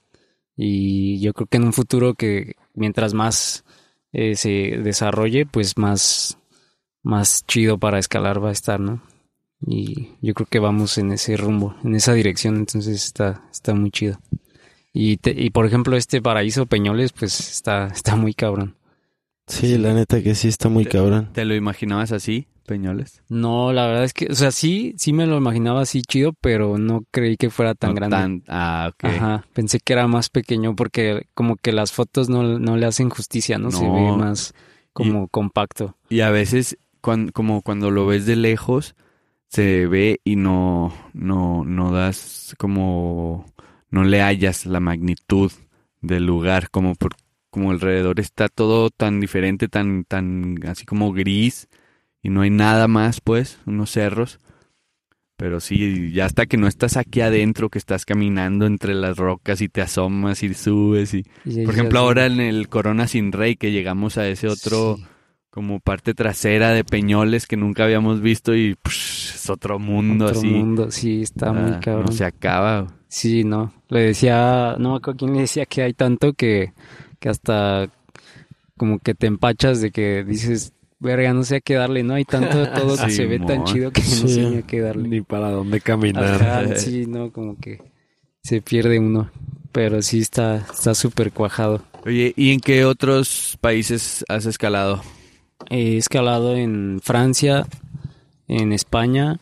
Y yo creo que en un futuro que mientras más eh, se desarrolle, pues más, más chido para escalar va a estar, ¿no? Y yo creo que vamos en ese rumbo, en esa dirección, entonces está, está muy chido. Y, te, y por ejemplo, este Paraíso Peñoles, pues está, está muy cabrón. Sí, la neta que sí está muy Te- cabrón. ¿Te lo imaginabas así, Peñoles? No, la verdad es que, o sea, sí, sí me lo imaginaba así chido, pero no creí que fuera tan No grande. tan- ah, ok. Ajá, pensé que era más pequeño porque como que las fotos no, no le hacen justicia, ¿no? Se No. ve más como compacto. Y a veces, cuan- como cuando lo ves de lejos, se ve y no, no, no das como, no le hallas la magnitud del lugar, como por, como alrededor está todo tan diferente, tan, tan, así como gris, y no hay nada más, pues, unos cerros. Pero sí, ya hasta que no estás aquí adentro, que estás caminando entre las rocas y te asomas y subes y... Y Por ya ejemplo, sí. ahora en el Corona Sin Rey, que llegamos a ese otro... Sí. como parte trasera de Peñoles que nunca habíamos visto y psh, es otro mundo Otro así. mundo, sí, está muy Ah, cabrón. no se acaba. Sí, no. Le decía, no me acuerdo quién le decía que hay tanto que, que hasta como que te empachas de que dices, verga, no sé a qué darle, ¿no? Hay tanto, todo que se ve tan Simón. chido que no Sí. sé ni a qué darle. Ni para dónde caminar. Ajá, sí, no, como que se pierde uno. Pero sí está, está súper cuajado. Oye, ¿y en qué otros países has escalado? He escalado en Francia, en España,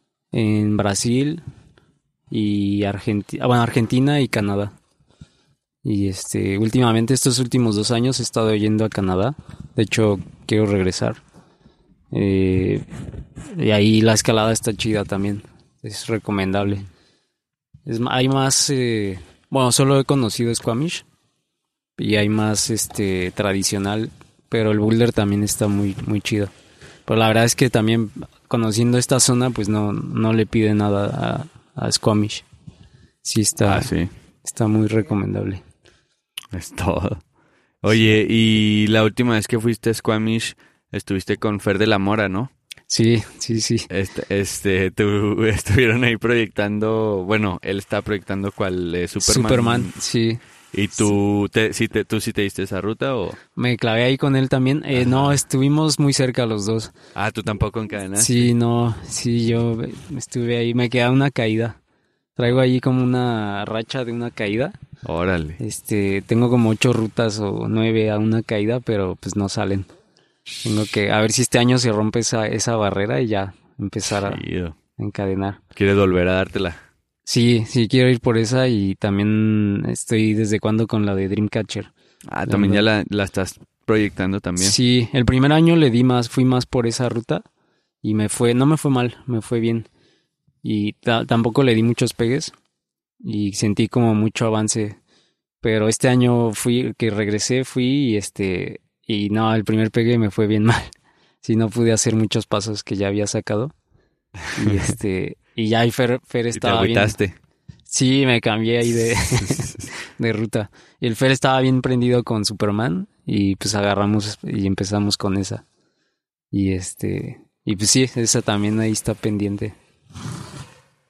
en Brasil y Argentina, bueno, Argentina y Canadá. Y este, últimamente, estos últimos dos años he estado yendo a Canadá. De hecho, quiero regresar. Eh, y ahí la escalada está chida también. Es recomendable. Es, ma- hay más, eh, bueno, solo he conocido Squamish y hay más este tradicional, pero el boulder también está muy, muy chido. Pero la verdad es que también conociendo esta zona, pues no, no le pide nada a, a Squamish. Sí está, Ah, sí, está muy recomendable. es todo. Oye, y la última vez que fuiste a Squamish, estuviste con Fer de la Mora, ¿no? Sí, sí, sí. Este, este, tú, estuvieron ahí proyectando, bueno, él está proyectando cuál, eh, Superman. Superman, sí. ¿Y tú, te, sí te, tú sí te diste esa ruta o...? Me clavé ahí con él también. Eh, no, Ajá. estuvimos muy cerca los dos. Ah, ¿tú tampoco encadenaste? Sí, no, sí, yo estuve ahí, me quedé una caída. Traigo ahí como una racha de una caída. Órale. Este, tengo como ocho rutas o nueve a una caída, pero pues no salen. Tengo que, a ver si este año se rompe esa, esa barrera y ya empezar a Chido. encadenar. ¿Quieres volver a dártela? Sí, sí, quiero ir por esa y también estoy desde cuando con la de Dreamcatcher. Ah, también ya la, la estás proyectando también. Sí, el primer año le di más, fui más por esa ruta y me fue, no me fue mal, me fue bien. Y ta- tampoco le di muchos pegues y sentí como mucho avance. Pero este año fui, que regresé, fui y este, y no, el primer pegue me fue bien mal. Sí, no pude hacer muchos pasos que ya había sacado. Y este, y ya y Fer, Fer ¿Y te estaba bien. agüitaste? Sí, me cambié ahí de, de ruta. Y el Fer estaba bien prendido con Superman y pues agarramos y empezamos con esa. Y este, y pues sí, esa también ahí está pendiente.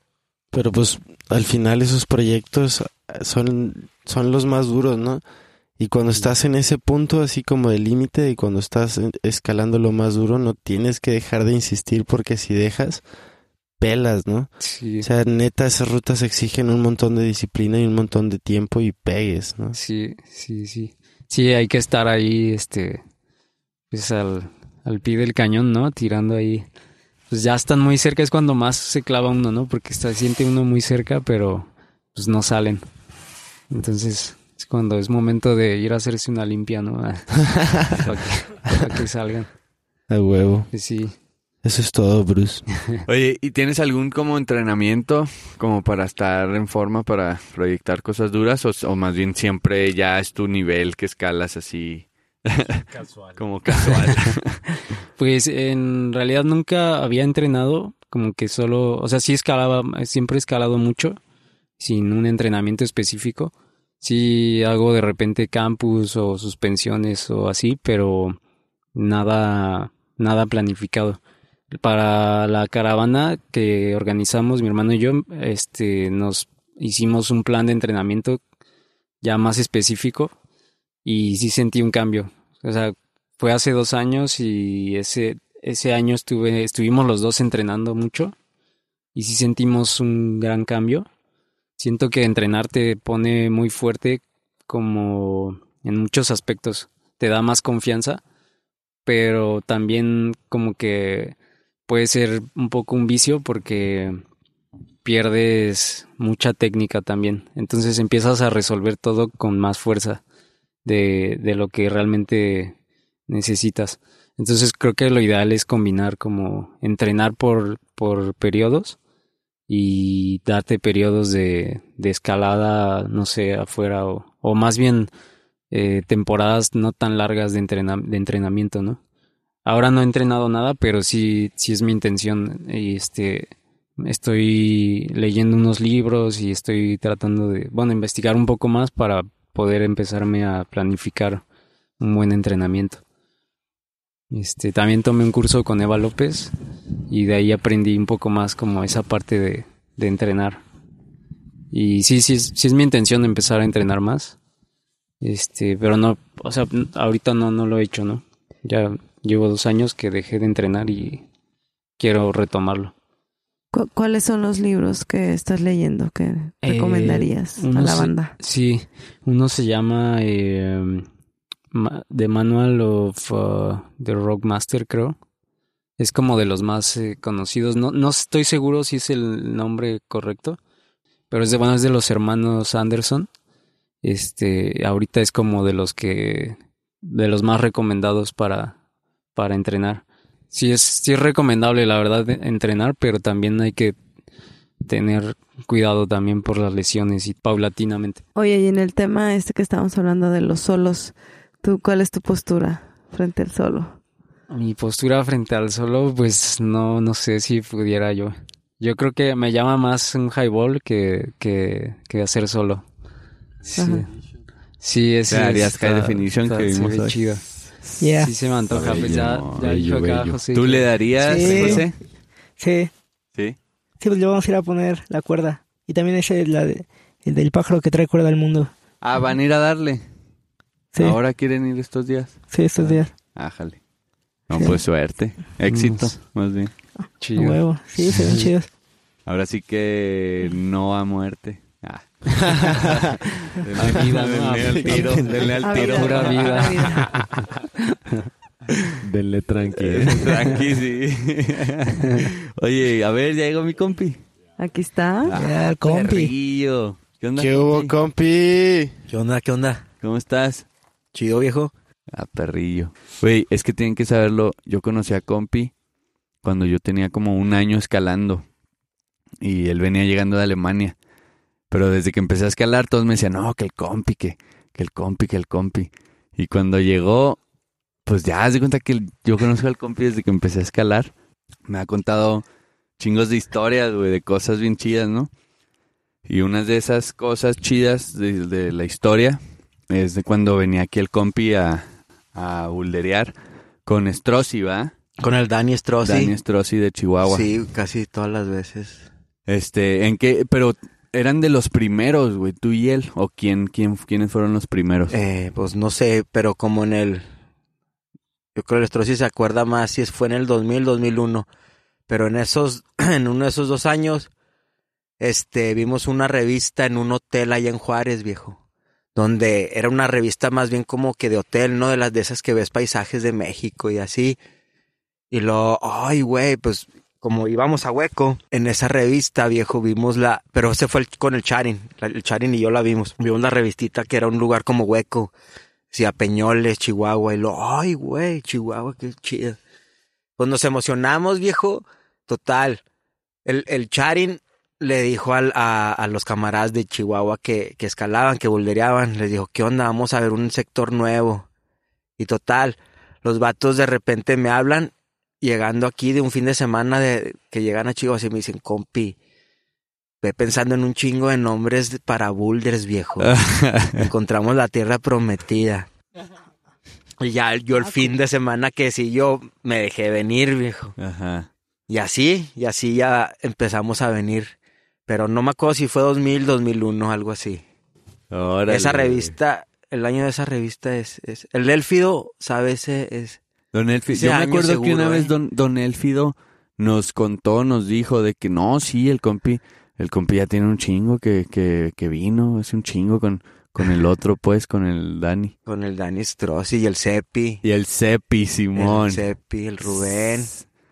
Pero pues al final esos proyectos son, son los más duros, ¿no? Y cuando estás en ese punto así como de límite y cuando estás escalando lo más duro, no tienes que dejar de insistir porque si dejas, pelas, ¿no? Sí. O sea, neta, esas rutas exigen un montón de disciplina y un montón de tiempo y pegues, ¿no? Sí, sí, sí. Sí, hay que estar ahí, este, pues al, al pie del cañón, ¿no? Tirando ahí. Pues ya están muy cerca, es cuando más se clava uno, ¿no? Porque está, siente uno muy cerca, pero pues no salen. Entonces es cuando es momento de ir a hacerse una limpia, ¿no? Para que, para que salgan. A huevo. Pues sí. Eso es todo, Bruce. Oye, ¿y tienes algún como entrenamiento como para estar en forma para proyectar cosas duras o, o más bien siempre ya es tu nivel que escalas así Casual. como casual? Pues en realidad nunca había entrenado, como que solo, o sea, sí escalaba, siempre he escalado mucho, sin un entrenamiento específico. Sí hago de repente campus o suspensiones o así, pero nada, nada planificado. Para la caravana que organizamos mi hermano y yo, este, nos hicimos un plan de entrenamiento ya más específico y sí sentí un cambio. O sea, fue hace dos años y ese, ese año estuve, estuvimos los dos entrenando mucho y sí sentimos un gran cambio. Siento que entrenar te pone muy fuerte como en muchos aspectos. Te da más confianza, pero también como que puede ser un poco un vicio porque pierdes mucha técnica también. Entonces empiezas a resolver todo con más fuerza de, de lo que realmente necesitas. Entonces creo que lo ideal es combinar como entrenar por, por periodos y darte periodos de, de escalada, no sé, afuera o, o más bien eh, temporadas no tan largas de, entrena, de entrenamiento, ¿no? Ahora no he entrenado nada, pero sí, sí es mi intención. Y este, estoy leyendo unos libros y estoy tratando de, bueno, investigar un poco más para poder empezarme a planificar un buen entrenamiento. Este, también tomé un curso con Eva López y de ahí aprendí un poco más como esa parte de, de entrenar. Y sí, sí es, sí es mi intención empezar a entrenar más. Este, pero no, o sea, ahorita no, no lo he hecho, ¿no? Ya llevo dos años que dejé de entrenar y quiero retomarlo. ¿Cu- ¿Cuáles son los libros que estás leyendo que recomendarías Eh, uno a la se- banda? Sí, uno se llama eh, Ma- The Manual of uh, the Rock Master, creo. Es como de los más eh, conocidos. No, no estoy seguro si es el nombre correcto, pero es de, bueno, es de los hermanos Anderson. Este, ahorita es como de los que, de los más recomendados para, para entrenar. Sí es, sí es recomendable, la verdad, de- entrenar, pero también hay que tener cuidado también por las lesiones y paulatinamente. Oye, y en el tema este que estábamos hablando de los solos, ¿tú cuál es tu postura frente al solo? Mi postura frente al solo, pues no, no sé si pudiera yo. Yo creo que me llama más un highball que, que, que hacer solo. Sí, Ajá. sí ese Te darías está- High Definition está- que se vimos ve hoy. chido. Yeah. Sí se me antoja, pues ya, Bello, ya dijo bello, acá bello. José. ¿Tú que- le darías, Sí. José? Sí, Sí. sí, pues le vamos a ir a poner la cuerda. Y también ese, la de- el del pájaro que trae cuerda al mundo. Ah, van a ir a darle. Sí, Ahora quieren ir estos días. sí, estos días. Ájale. No, Sí. pues suerte. Éxito, Vamos. más bien. A Chido. huevo. Sí, se ven chidos. Ahora sí que no a muerte. Ah. A vida, ¿no? Denle al tiro, denle al A tiro. vida, pura a vida. vida. Denle tranqui. Eh, Tranqui, sí. Oye, a ver, ya llegó mi compi. Aquí está. Ya, el compi. Perrillo. ¿Qué onda, ¿Qué hubo, compi? compi? ¿Qué onda? ¿Qué onda? ¿Cómo estás? Chido, viejo. Ah, perrillo. Güey, es que tienen que saberlo. Yo conocí a compi cuando yo tenía como un año escalando. Y él venía llegando de Alemania. Pero desde que empecé a escalar, todos me decían, no, que el compi, que, que el compi, que el compi. Y cuando llegó, pues ya haz de cuenta que el- yo conozco al compi desde que empecé a escalar. Me ha contado chingos de historias, güey, de cosas bien chidas, ¿no? Y una de esas cosas chidas de, de la historia es de cuando venía aquí el compi a, a boulderear con Strozzi, ¿va? Con el Dani Strozzi. Dani Strozzi de Chihuahua. Sí, casi todas las veces. Este, ¿en qué? Pero eran de los primeros, güey, tú y él. ¿O quién, quién, quiénes fueron los primeros? Eh, pues no sé, pero como en el... Yo creo que el Strozzi se acuerda más si fue en el dos mil, dos mil uno. Pero en esos, en uno de esos dos años, este, vimos una revista en un hotel allá en Juárez, viejo. Donde era una revista más bien como que de hotel, ¿no? De las de esas que ves paisajes de México y así. Y luego, ay, güey, pues como íbamos a Hueco, en esa revista, viejo, vimos la... Pero ese fue el, con el Charin, la, el Charin y yo la vimos. Vimos la revistita que era un lugar como Hueco. Decía Peñoles, Chihuahua. Y lo, ay, güey, Chihuahua, qué chido. Pues nos emocionamos, viejo. Total. El, el Charin le dijo al, a, a los camaradas de Chihuahua que, que escalaban, que boldereaban. Les dijo, ¿qué onda? Vamos a ver un sector nuevo. Y total, los vatos de repente me hablan, llegando aquí de un fin de semana de que llegan a Chihuahua y me dicen, compi, ve pensando en un chingo de nombres de, para boulders, viejo. Encontramos la tierra prometida. Y ya yo el fin de semana que sí yo me dejé venir, viejo. Ajá. Y así, y así ya empezamos a venir. Pero no me acuerdo si fue dos mil, dos mil uno, algo así. Órale. Esa revista, el año de esa revista es... es el Élfido, ¿sabes? Es... Don Élfido, ese yo me año acuerdo seguro, que una eh. vez don, don Élfido nos contó, nos dijo de que no, sí, el compi, el compi ya tiene un chingo que, que, que vino, es un chingo con, con el otro, pues, con el Dani. Con el Dani Strozzi y el Cepi. Y el Cepi, Simón. El Cepi, el Rubén.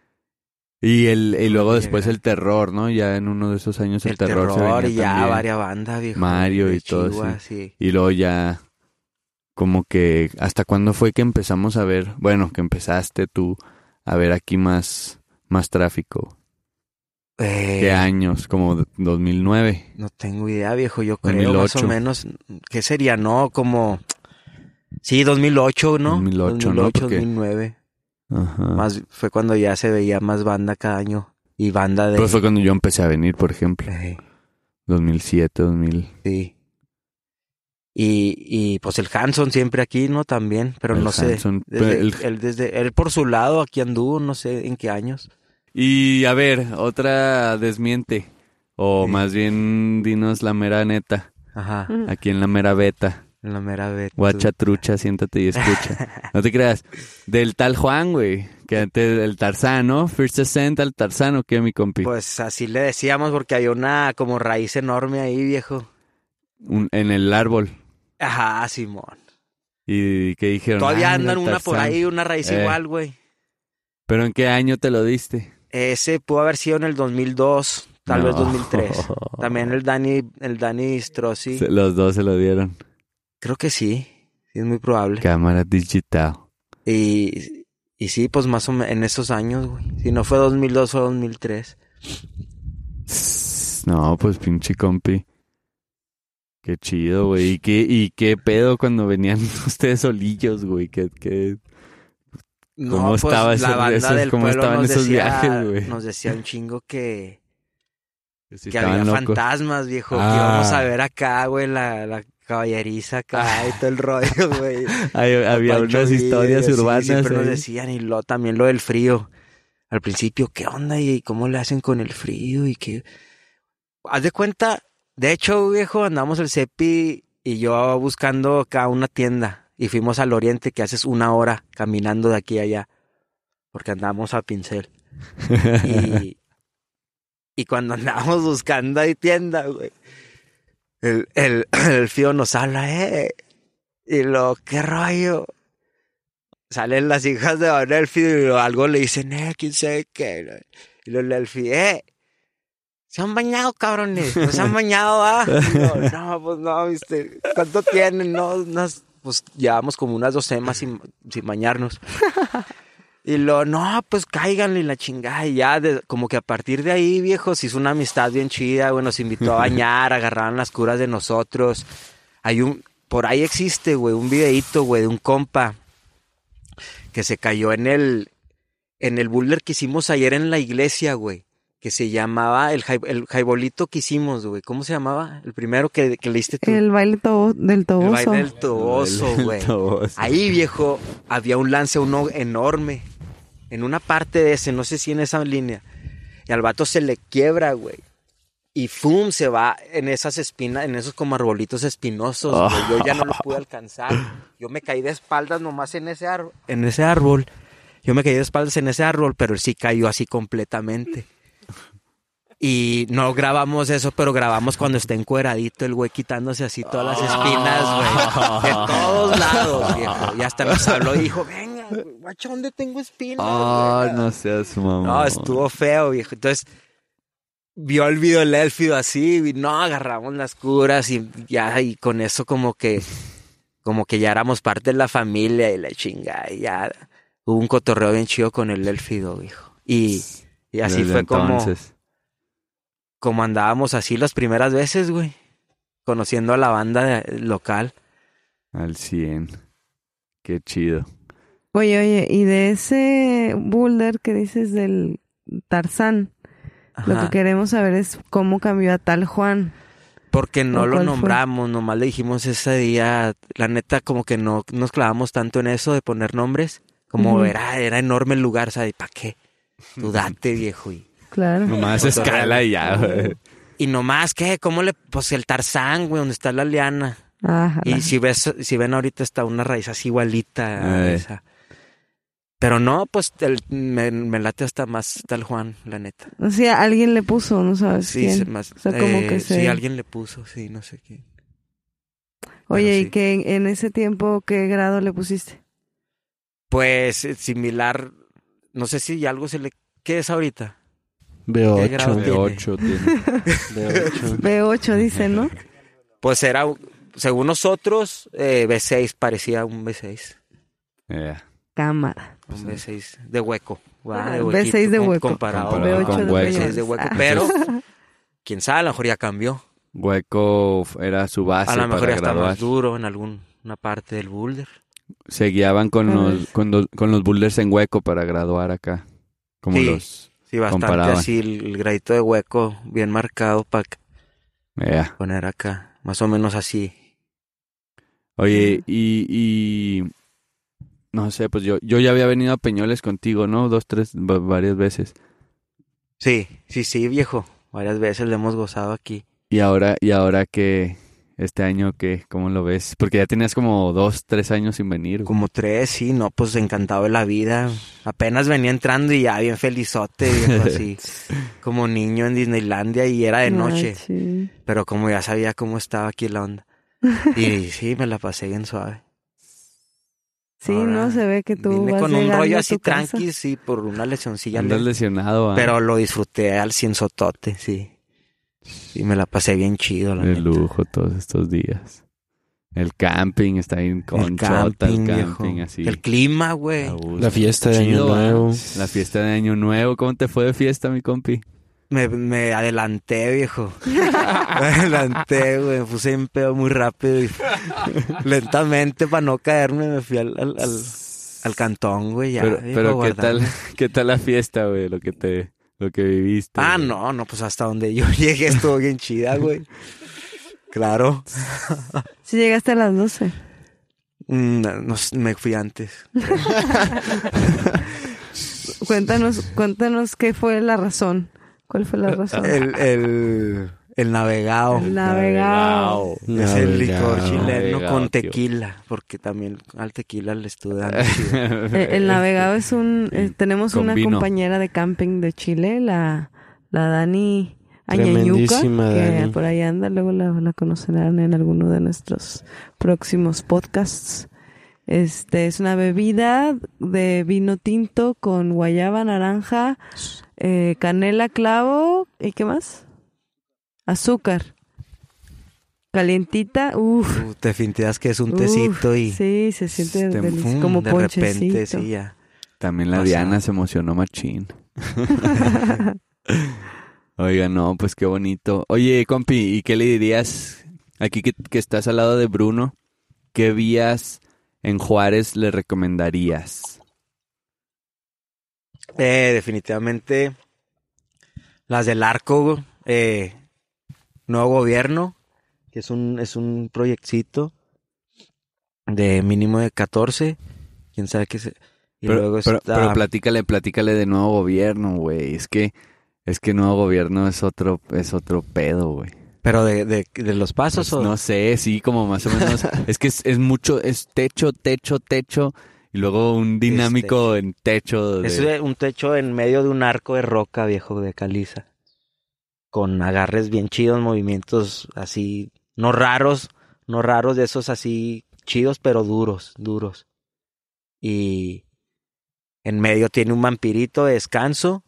Y el y luego Llega. después el terror, ¿no? Ya en uno de esos años el, El terror, terror, se y venía ya también. varias bandas, viejo. Mario de y todo, Chihuahua, sí. sí. Y luego ya como que ¿hasta cuándo fue que empezamos a ver? Bueno, que empezaste tú a ver aquí más más tráfico. Eh, ¿Qué años? Como dos mil nueve. No tengo idea, viejo. Yo creo dos mil ocho. más o menos. ¿Qué sería? No, como... Sí, dos mil ocho, ¿no? dos mil ocho, dos mil ¿no? ocho, Porque- dos mil nueve. Ajá. Más, fue cuando ya se veía más banda cada año. Y banda de... Pues fue cuando yo empecé a venir, por ejemplo. Eh, dos mil siete, dos mil. sí. Y, y pues el Hanson siempre aquí, ¿no? También, pero El no Hanson, sé. Desde, el- él, desde, él por su lado aquí anduvo, no sé en qué años. Y a ver, otra desmiente. O Sí. más bien dinos la mera neta. Ajá, Aquí en la mera beta. en la mera vez. Guacha trucha, siéntate y escucha. No te creas. Del tal Juan, güey. Que antes, el Tarzán, ¿no? First Ascent al Tarzán, ¿o qué, mi compi? Pues así le decíamos porque había una como raíz enorme ahí, viejo. Un- en el árbol. Ajá, Simón. Y que dijeron... Todavía "Ah, andan mira, una por Tarzán". ahí, una raíz Eh. igual, güey. ¿Pero en qué año te lo diste? Ese pudo haber sido en el dos mil dos, tal No. vez dos mil tres. También el Dani, el Dani Strozzi. Se- Los dos se lo dieron. Creo que sí, sí es muy probable. Cámara digital. Y, y sí, pues más o menos en esos años, güey. Si no fue dos mil dos, fue dos mil tres. No, pues pinche compi. Qué chido, güey. ¿Y qué, ¿Y qué pedo cuando venían ustedes solillos, güey? ¿Qué, qué... No, ¿Cómo pues estaba ese- la banda esos- del cómo pueblo estaban nos esos decía, viajes, güey? nos decía un chingo que, Sí, que estaban había locos. fantasmas, viejo. Ah. Que íbamos a ver acá, güey, la, la caballeriza acá y todo el rollo, güey. Hay- había Pancho unas Villa, historias sí, urbanas. siempre nos ahí. decían, y lo, también lo del frío. Al principio, ¿qué onda? ¿Y cómo le hacen con el frío? Y qué... Haz de cuenta, de hecho, viejo, andamos el Cepi y yo buscando acá una tienda. Y fuimos al oriente, que haces una hora caminando de aquí a allá. Porque andamos a pincel. Y, y cuando andábamos buscando ahí tienda, güey, el, el, el fío nos habla, eh. Y lo, ¿qué rollo? Salen las hijas de Don Elfie y lo- algo le dicen, eh, quién sabe qué. Y los Elfie, eh, ¿se han bañado, cabrones? ¿No se han bañado, ah? Y yo, no, pues no, viste, ¿cuánto tienen? No, unas, pues llevamos como unas dos semanas sin, sin bañarnos. Y lo, no, pues cáiganle la chingada. Y ya, de- como que a partir de ahí, viejo, se hizo una amistad bien chida, güey, nos invitó a bañar, agarraron las curas de nosotros. Hay un, por ahí existe, güey, un videíto, güey, de un compa que se cayó en el, en el boulder que hicimos ayer en la iglesia, güey, que se llamaba, el, jai- el jaibolito que hicimos, güey, ¿cómo se llamaba? El primero que, que leíste tú. El baile tobo- del El toboso. baile del toboso, El güey. toboso. Ahí, viejo, había un lance uno enorme. En una parte de ese, no sé si en esa línea. Y al vato se le quiebra, güey. y ¡fum! Se va en esas espinas, en esos como arbolitos espinosos. Oh. Güey. Yo ya no lo pude alcanzar. Yo me caí de espaldas nomás en ese árbol. En ese árbol. Yo me caí de espaldas en ese árbol, pero él sí cayó así completamente. Y no grabamos eso, pero grabamos cuando está encueradito el güey quitándose así todas las espinas, güey. De todos lados, viejo. Y hasta nos habló y dijo, venga, güey, guacho, ¿dónde tengo espinas? Oh, güey? no seas mamón. No, estuvo feo, viejo. Entonces, vio el video el élfido así, y no, agarramos las curas y ya, y con eso como que, como que ya éramos parte de la familia y la chingada, y ya hubo un cotorreo bien chido con el élfido, viejo. Y, y así Desde fue como... entonces. Como andábamos así las primeras veces, güey. Conociendo a la banda de- local. Al cien. Qué chido. Oye, oye, y de ese boulder que dices del Tarzán, lo Ajá. que queremos saber es cómo cambió a tal Juan. Porque no ¿O lo cuál fue? nombramos, nomás le dijimos ese día. La neta, como que no nos clavamos tanto en eso de poner nombres. Como Ujú. era, era enorme el lugar, ¿sabes? ¿Para qué? Tú date, viejo. Y, Claro. Nomás Cotorreo. escala y ya, güey. y nomás, ¿qué? ¿Cómo le...? Pues el Tarzán, güey, donde está la liana. Ajá. Y si ves, si ven ahorita está una raíz así igualita a Ay. esa. Pero no, pues el, me, me late hasta más tal Juan, la neta. O sea, alguien le puso, no sabes Sí, quién. se más, O sea, como eh, que se... sí, alguien le puso, sí, no sé quién. Oye, pero ¿y sí. que en, en ese tiempo qué grado le pusiste? Pues eh, similar, no sé si algo se le... ¿Qué es ahorita? B ¿Qué grado ocho. tiene? De ocho tiene. B ocho. B ocho dice, ¿no? Pues era, según nosotros, eh, B seis, parecía un B seis. Yeah. Cámara. Un B seis de hueco. ¿verdad? De B huequito, seis de com- hueco. Comparado, Comparado B ocho con de hueco. B seis de peñas. hueco. Ah. Pero, quién sabe, a lo mejor ya cambió. Hueco era su base A lo mejor para ya está graduar. más duro en alguna parte del boulder. Se guiaban con A los, ver. con los con los boulders en hueco para graduar acá. Como Sí. los... Sí, bastante Comparaban. así, el, el gradito de hueco bien marcado para Yeah. poner acá. Más o menos así. Oye, y, y... No sé, pues yo, yo ya había venido a Peñoles contigo, ¿no? Dos, tres, va- varias veces. Sí, sí, sí, viejo. Varias veces le hemos gozado aquí. Y ahora, y ahora que... Este año, ¿qué? ¿Cómo lo ves? Porque ya tenías como dos, tres años sin venir. güey. Como tres, sí, no, pues encantado de la vida. Apenas venía entrando y ya bien felizote, viejo, así. Como niño en Disneylandia y era de noche. Ay, sí. Pero como ya sabía cómo estaba aquí la onda. Y sí, me la pasé bien suave. Sí, Ahora, no, se ve que tú Vine vas con un llegando rollo a así tu casa. tranqui, sí, por una lesioncilla. Andas leve. lesionado, ¿ah? Pero lo disfruté al cien sotote, sí. Sí, me la pasé bien chido, la De neta. lujo todos estos días. El camping está bien El conchota, el camping, camping, viejo. así. El clima, güey. A gusto. La fiesta de Año Chido, ¿ah? Nuevo. La fiesta de Año Nuevo. ¿Cómo te fue de fiesta, mi compi? Me, me adelanté, viejo. Me adelanté, güey. Me puse en pedo muy rápido y lentamente para no caerme me fui al, al, al, al cantón, güey. Ya, pero, viejo, pero ¿qué guardando. tal, qué tal la fiesta, güey? Lo que te, lo que viviste. Ah, güey. no, no, pues hasta donde yo llegué estuvo bien chida, güey. Claro. Sí, llegaste a las doce. Mm, no, no, me fui antes. Cuéntanos, cuéntanos qué fue la razón. ¿Cuál fue la razón? El, el, el navegado. El navegado. Es el licor Navegado. chileno Navegado, con tío. tequila, porque también al tequila le estuve dando chido. Eh, el navegado es un... eh, tenemos Con una vino. compañera de camping de Chile, la, la Dani Añañuca, Tremendísima que Dani. por ahí anda, luego la, la conocerán en alguno de nuestros próximos podcasts. Este es una bebida de vino tinto con guayaba, naranja, eh, canela, clavo y ¿qué más? Azúcar. Calientita, uff. Uh, te finteas que es un tecito y Sí, se siente Este, delicioso, ¡fum! como de ponchecito. repente sí ya. También la Pasado. Diana se emocionó machín. Oiga, no, pues qué bonito. Oye, compi, ¿y qué le dirías aquí que, que estás al lado de Bruno? ¿Qué vías en Juárez le recomendarías? Eh, definitivamente las del Arco, eh, nuevo gobierno, que es un es un proyectito de mínimo de catorce, quién sabe qué se... Y Pero, luego pero, está... pero platícale, platícale de nuevo gobierno, güey. Es que Es que nuevo gobierno es otro, es otro pedo, güey. ¿Pero de, de, de los pasos Pues o...? no sé, sí, como más o menos. Es que es, es mucho, es techo, techo, techo. Y luego un dinámico en techo. De... Es un techo en medio de un arco de roca, viejo, de caliza. Con agarres bien chidos, movimientos así, no raros, no raros de esos así chidos, pero duros, duros. Y en medio tiene un vampirito de descanso.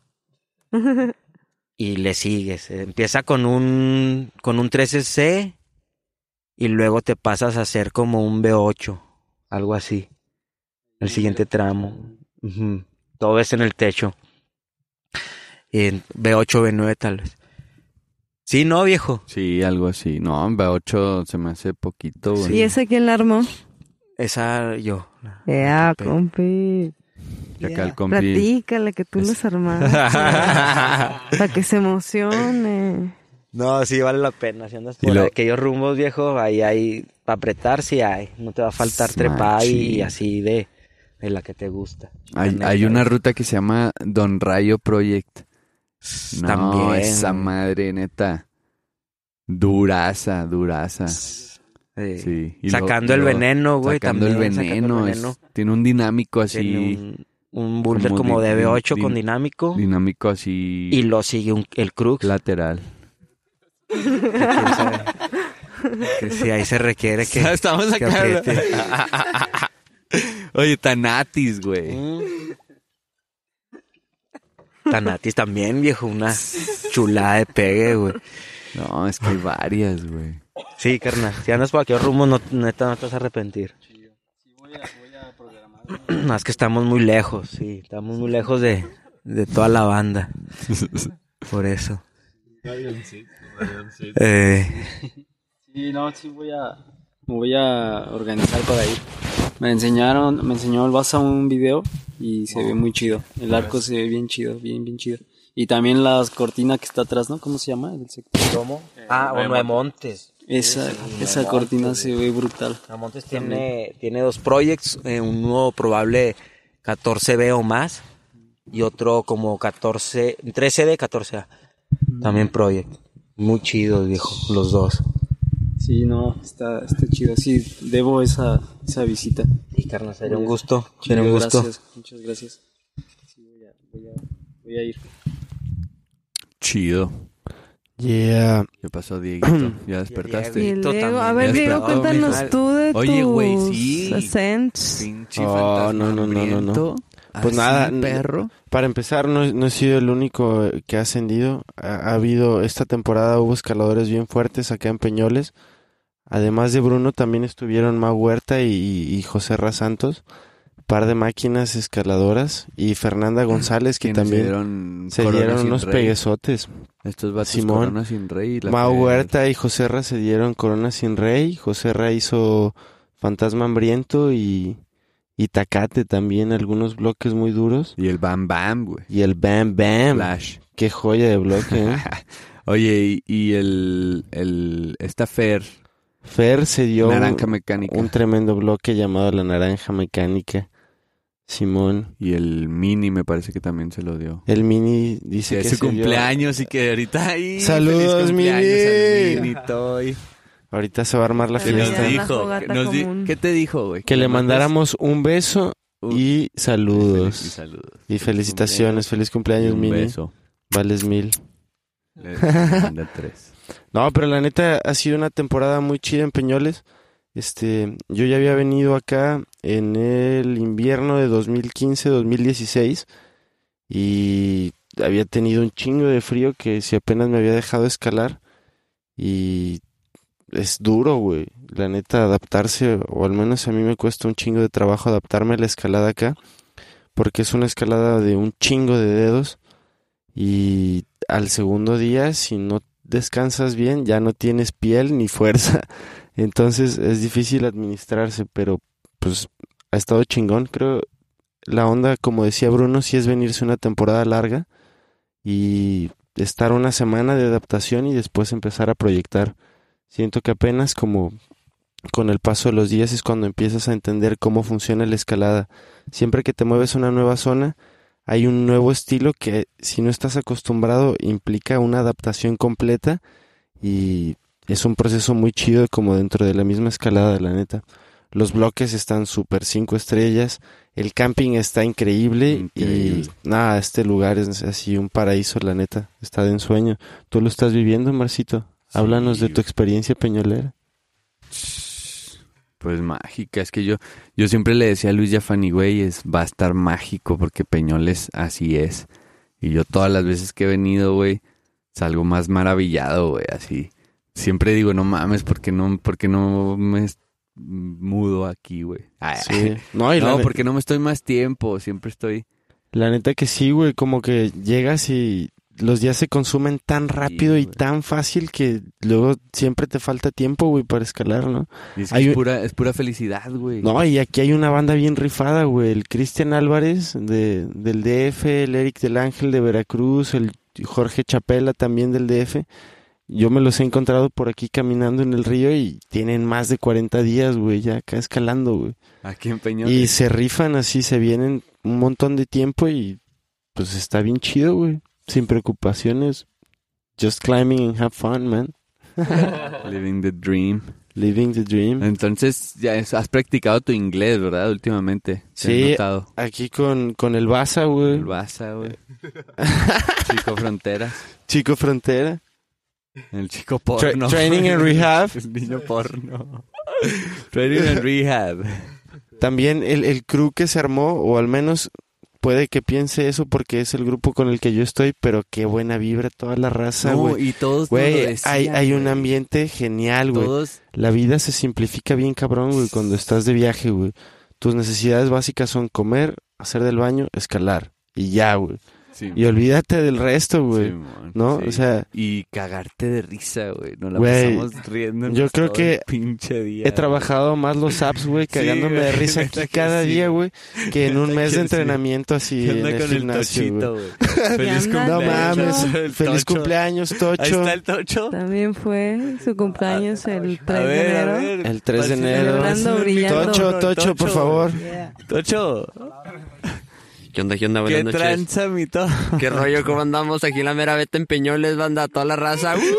Y le sigues. Empieza con un con un trece C y luego te pasas a hacer como un B ocho, algo así. El siguiente tramo. Uh-huh. Todo es en el techo. En B ocho, B nueve tal vez. Sí, ¿no, viejo? Sí, algo así. No, en B ocho se me hace poquito, güey. ¿Y esa quién la armó? Esa yo. Ya, compi. Y acá el compi... Platícale que tú los armaste. Para que se emocione. No, sí, vale la pena. Si andas por lo... aquellos rumbos, viejo, ahí hay... Para apretar, sí hay. No te va a faltar trepar y, y así de, de la que te gusta. Hay, hay una ruta que se llama Don Rayo Project. No, También. Esa madre, neta. Duraza, duraza. Sí. Sí. Y sacando lo, el veneno, güey. Sacando también, el veneno. Sacando el veneno. Es, tiene un dinámico así. Tiene un, un boulder como, como de B ocho din, con dinámico. Dinámico así. Y lo sigue un, el crux. Lateral. Que sí, ahí se requiere que... Estamos que acá. apriete. Oye, Tanatis, güey. Mm. Tanatis también, viejo. Una chulada de pegue, güey. No, es que hay varias, güey. Sí, carnal. Si andas por aquellos rumos, no, neta, no te vas a arrepentir. Sí, voy a, voy a programar. Más que estamos muy lejos, sí. Estamos muy lejos de, de toda la banda. Por eso. Eh... Sí, no, sí voy a... Me voy a organizar para ir. Me enseñaron, me enseñó el Baza un video y se ve muy chido. El arco se ve bien chido, bien, bien chido. Y también la cortina que está atrás, ¿no? ¿Cómo se llama? El sector. ¿Cómo? Ah, o Nueve Montes. Esa, Sí, esa Nueve cortina Montes, se ve brutal. Nueve Montes tiene, tiene dos projects, eh, uno probable catorce B o más y otro como catorce, trece D, catorce A. También project. Muy chidos, viejo, los dos. Sí, no, está, está chido. Sí, debo esa, esa visita. Sí, carnal, sería un gusto. Chido, Sería un gusto. Gracias, muchas gracias. Sí, voy a, voy a, voy a ir. Chido. Yeah. ¿Qué pasó, Dieguito? ¿Ya despertaste? Y el Diego, Diego, a ver, Ya Diego, despertó, cuéntanos mijo. tú de Oye, tus güey, sí. ascents. Pinche Oh, no, no, no, no, no. fantasma Pues así, nada, perro. Para empezar, no, no he sido el único que ha ascendido. Ha, ha habido, esta temporada hubo escaladores bien fuertes acá en Peñoles. Además de Bruno, también estuvieron Mau Huerta y, y José Ra Santos. Par de máquinas escaladoras. Y Fernanda González, que Quienes también se dieron, se corona dieron sin unos rey. peguesotes. Estos vatos Simón. corona sin rey. y la Mau que- Huerta y José Ra se dieron corona sin rey. José Ra hizo Fantasma Hambriento y, y Tacate también, algunos bloques muy duros. Y el Bam Bam, güey. Y el Bam Bam. Flash. Qué joya de bloque, ¿eh? Oye, y, y el, el... Esta Fer, Fer se dio Naranja un, Mecánica. un tremendo bloque llamado la Naranja Mecánica. Simón. Y el Mini me parece que también se lo dio. El Mini dice Que que es su se dio- cumpleaños y que ahorita ahí... Saludos, feliz cumpleaños Mini. al Mini Toy. Ahorita se va a armar la Que ¿Qué nos nos fiesta. diga. dijo? La fogata ¿Qué nos di- común. ¿Qué te dijo, güey? Que le mandas mandáramos un beso un- y saludos. Y saludos. Y felicitaciones. Feliz Y cumpleaños, un Mini. beso. Vales mil. Le manda tres. No, pero la neta ha sido una temporada muy chida en Peñoles. Este, yo ya había venido acá en el invierno de dos mil quince, dos mil dieciséis y había tenido un chingo de frío que si apenas me había dejado escalar y es duro, güey. La neta adaptarse, o al menos a mí me cuesta un chingo de trabajo adaptarme a la escalada acá, porque es una escalada de un chingo de dedos y al segundo día si no descansas bien ya no tienes piel ni fuerza. Entonces es difícil administrarse, pero pues ha estado chingón. Creo la onda, como decía Bruno, sí es venirse una temporada larga y estar una semana de adaptación y después empezar a proyectar. Siento que apenas como con el paso de los días es cuando empiezas a entender cómo funciona la escalada. Siempre que te mueves a una nueva zona, hay un nuevo estilo que si no estás acostumbrado implica una adaptación completa y es un proceso muy chido como dentro de la misma escalada, la neta. Los bloques están súper cinco estrellas, el camping está increíble, increíble. Y nada, este lugar es así un paraíso, la neta, está de ensueño. ¿Tú lo estás viviendo, Marcito? Háblanos sí. de tu experiencia peñolera. Pues mágica, es que yo yo siempre le decía a Luis y a Fanny, güey, es, va a estar mágico porque Peñoles así es. Y yo todas las veces que he venido, güey, salgo más maravillado, güey, así. Siempre digo, no mames, ¿por qué no, por qué no me mudo aquí, güey? Sí. No, y no la porque no me estoy más tiempo, siempre estoy... La neta que sí, güey, como que llegas y los días se consumen tan rápido sí, y tan fácil que luego siempre te falta tiempo, güey, para escalar, ¿no? Y es, que es, pura, es pura felicidad, güey. No, y aquí hay una banda bien rifada, güey. El Cristian Álvarez de, del D F, el Eric del Ángel de Veracruz, el Jorge Chapela también del D F. Yo me los he encontrado por aquí caminando en el río y tienen más de cuarenta días, güey, ya acá escalando, güey. Aquí en Peñoles. Y se rifan así, se vienen un montón de tiempo y pues está bien chido, güey. Sin preocupaciones. Just climbing and have fun, man. Living the dream. Living the dream. Entonces, ya has practicado tu inglés, ¿verdad? Últimamente. Sí, aquí con, con el Baza, güey. El Baza, güey. Chico Frontera. Chico Frontera. El chico porno. Tra- training and rehab. El niño porno. Training and rehab. También el, el crew que se armó, o al menos puede que piense eso porque es el grupo con el que yo estoy, pero qué buena vibra toda la raza, güey. No, y todos güey, hay, hay un ambiente genial, güey. Todos... La vida se simplifica bien cabrón, güey, cuando estás de viaje, güey. Tus necesidades básicas son comer, hacer del baño, escalar. Y ya, güey. Sí, y olvídate del resto, güey, sí, ¿no? Sí. O sea... Y cagarte de risa, güey. Nos la güey, pasamos riendo. Yo creo que pinche día, he trabajado más los apps, güey, cagándome sí, de risa aquí cada sí. día, güey, que en un mes de entrenamiento así en el gimnasio, güey. Feliz cumpleaños. No mames, feliz cumpleaños, Tocho. Ahí está el Tocho. También fue su cumpleaños el tres de enero. El tres de enero. Tocho, Tocho, por favor. Yeah. Tocho. ¿Qué onda, qué onda? Buenas ¿Qué noches. tranza, mito? ¿Qué rollo? ¿Cómo andamos? Aquí en la mera beta en Peñoles, banda, toda la raza. ¡Uh!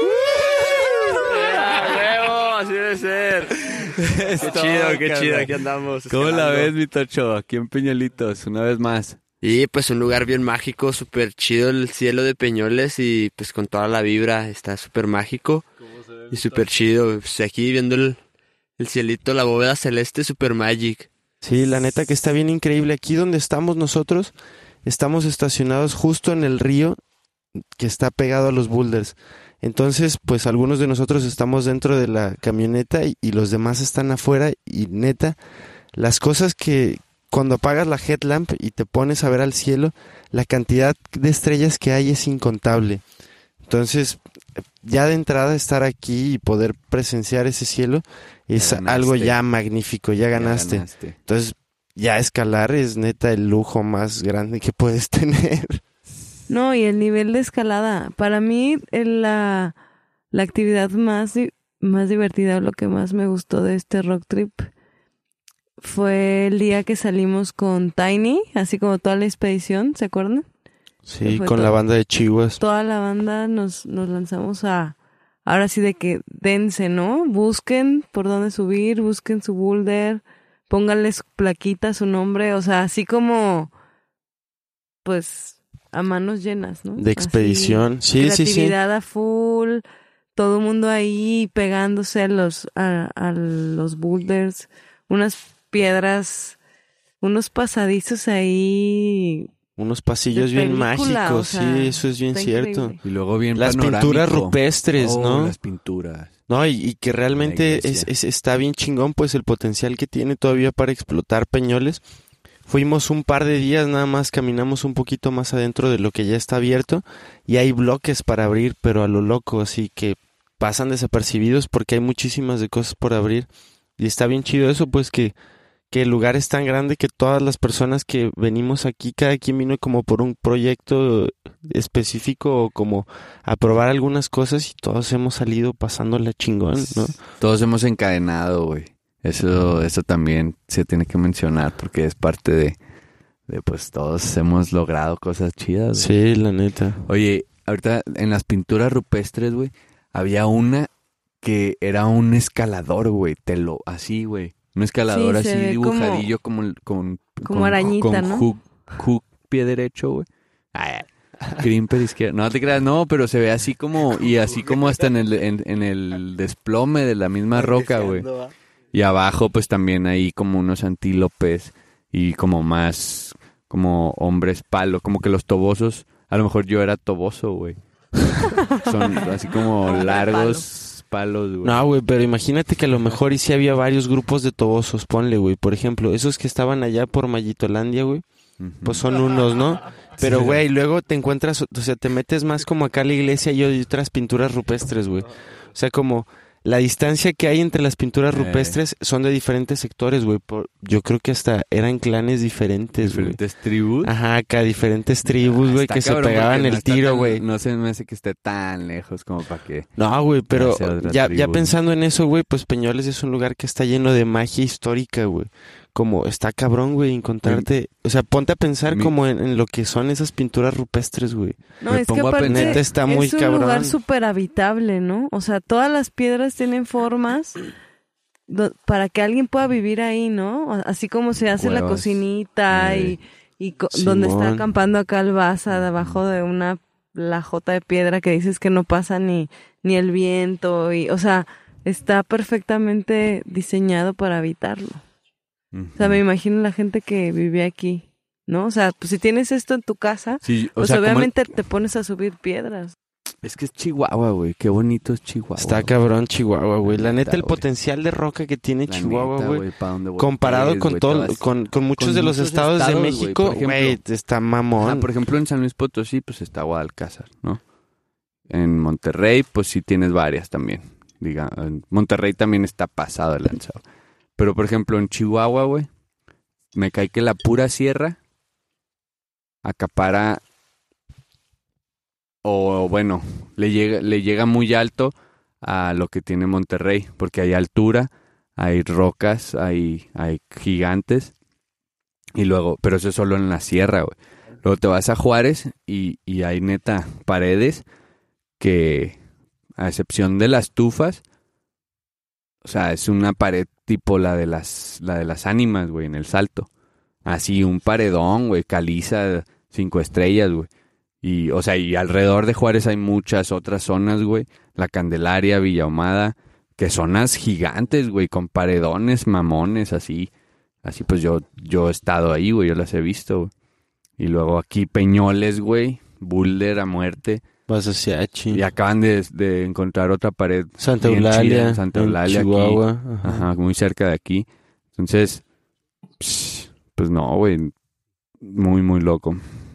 ¡Huevo! Así debe ser. Qué chido, qué chido, aquí andamos. ¿Cómo escalando. la ves, mi Tocho? Aquí en Peñolitos, una vez más. Y pues un lugar bien mágico, súper chido el cielo de Peñoles y pues con toda la vibra, está súper mágico y súper chido. Pues aquí viendo el, el cielito, la bóveda celeste, súper magic. Sí, la neta que está bien increíble. Aquí donde estamos nosotros, estamos estacionados justo en el río que está pegado a los boulders. Entonces, pues algunos de nosotros estamos dentro de la camioneta y, y los demás están afuera y neta, las cosas que cuando apagas la headlamp y te pones a ver al cielo, la cantidad de estrellas que hay es incontable. Entonces, ya de entrada estar aquí y poder presenciar ese cielo es algo ya magnífico, ya ganaste. ya ganaste. Entonces, ya escalar es neta el lujo más grande que puedes tener. No, y el nivel de escalada. Para mí, la, la actividad más, más divertida, o lo que más me gustó de este rock trip, fue el día que salimos con Tiny, así como toda la expedición, ¿se acuerdan? Sí, con todo, la banda de Chihuas. Toda la banda nos, nos lanzamos a... Ahora sí de que dense, ¿no? Busquen por dónde subir, busquen su boulder, pónganles plaquita, su nombre, o sea, así como, pues, a manos llenas, ¿no? De expedición, así, sí, sí, sí. Creatividad a full, todo el mundo ahí pegándose a los, a, a los boulders, unas piedras, unos pasadizos ahí... Unos pasillos bien mágicos, o sea, sí, eso es bien cierto. Increíble. Y luego bien las pinturas rupestres, oh, ¿no? Las pinturas. No, y, y que realmente es, es, está bien chingón, pues el potencial que tiene todavía para explotar Peñoles. Fuimos un par de días nada más, caminamos un poquito más adentro de lo que ya está abierto y hay bloques para abrir, pero a lo loco, así que pasan desapercibidos porque hay muchísimas de cosas por abrir. Y está bien chido eso, pues que... que el lugar es tan grande que todas las personas que venimos aquí, cada quien vino como por un proyecto específico o como a probar algunas cosas y todos hemos salido pasándola chingón, ¿no? Todos hemos encadenado, güey. Eso, eso también se tiene que mencionar porque es parte de, de pues todos hemos logrado cosas chidas. Sí, la neta. Oye, ahorita en las pinturas rupestres, güey, había una que era un escalador, güey, te lo, así, güey. Un escalador Sí, se así ve dibujadillo como, con... como con- arañita, con ¿no? hook, hook pie derecho, güey. Ay, Grimper izquierdo. No te creas, no, pero se ve así como... Y así como hasta en el, en, en el desplome de la misma roca, güey. Y abajo, pues también hay como unos antílopes y como más... Como hombres palo. Como que los tobosos... A lo mejor yo era toboso, güey. Son así como largos palos, güey. No, güey, pero imagínate que a lo mejor y sí había varios grupos de tobosos, ponle, güey. Por ejemplo, esos que estaban allá por Mayitolandia, güey, Ujú. pues son unos, ¿no? Pero, Sí. güey, luego te encuentras, o sea, te metes más como acá a la iglesia y hay otras pinturas rupestres, güey. O sea, como la distancia que hay entre las pinturas Eh. rupestres son de diferentes sectores, güey. Por- Yo creo que hasta eran clanes diferentes, güey. Diferentes tribus. Ajá, acá diferentes tribus, güey, Está que se cabrón, pegaban porque no el está tiro, tan- güey. No se me hace que esté tan lejos como para que... No, güey, pero hacia otra ya, tribu, ya ¿no? pensando en eso, güey, pues Peñoles es un lugar que está lleno de magia histórica, güey. Como está cabrón, güey, encontrarte... O sea, ponte a pensar Mi- como en, en lo que son esas pinturas rupestres, güey. No, Me es que pongo a aparte pensar. Neta está muy es un cabrón. lugar súper habitable, ¿no? O sea, todas las piedras tienen formas do- para que alguien pueda vivir ahí, ¿no? Así como se hace la Cuevas. cocinita Eh. y, y co- donde está Simón. acampando acá el Baza, debajo de una lajota de piedra que dices que no pasa ni, ni el viento. Y, o sea, está perfectamente diseñado para habitarlo. O sea, me imagino la gente que vive aquí, ¿no? O sea, pues si tienes esto en tu casa, Sí, o pues sea, como- obviamente te pones a subir piedras. Es que es Chihuahua, güey. Qué bonito es Chihuahua. Está cabrón Chihuahua, güey. La neta, el güey. potencial de roca que tiene La Chihuahua, neta, güey. pa' donde Comparado voltees, con güey, todo, te vas- con, con muchos con de los muchos estados, de estados, güey, México, por ejemplo. güey, está mamón. Ajá, por ejemplo, en San Luis Potosí, pues está Guadalcázar, ¿no? En Monterrey, pues sí tienes varias también. Diga, en Monterrey también está pasado el lanzado. Pero, por ejemplo, en Chihuahua, güey, me cae que la pura sierra acapara, o bueno, le llega, le llega muy alto a lo que tiene Monterrey, porque hay altura, hay rocas, hay, hay gigantes, y luego, pero eso es solo en la sierra, güey. Luego te vas a Juárez y, y hay neta paredes que, a excepción de las tufas, o sea, es una pared tipo la de las, la de las ánimas, güey, en el Salto. Así, un paredón, güey, caliza, cinco estrellas, güey. Y, o sea, y alrededor de Juárez hay muchas otras zonas, güey. La Candelaria, Villa Ahumada, que zonas gigantes, güey, con paredones, mamones, así. Así, pues yo, yo he estado ahí, güey, yo las he visto, güey. Y luego aquí Peñoles, güey, Boulder a muerte. Vas hacia Chi. Y acaban de, de encontrar otra pared. Santa bien Eulalia, chida en Santa en Eulalia, aquí. Chihuahua. Ajá. Ajá, muy cerca de aquí. Entonces, pss, pues no, güey. Muy, muy loco.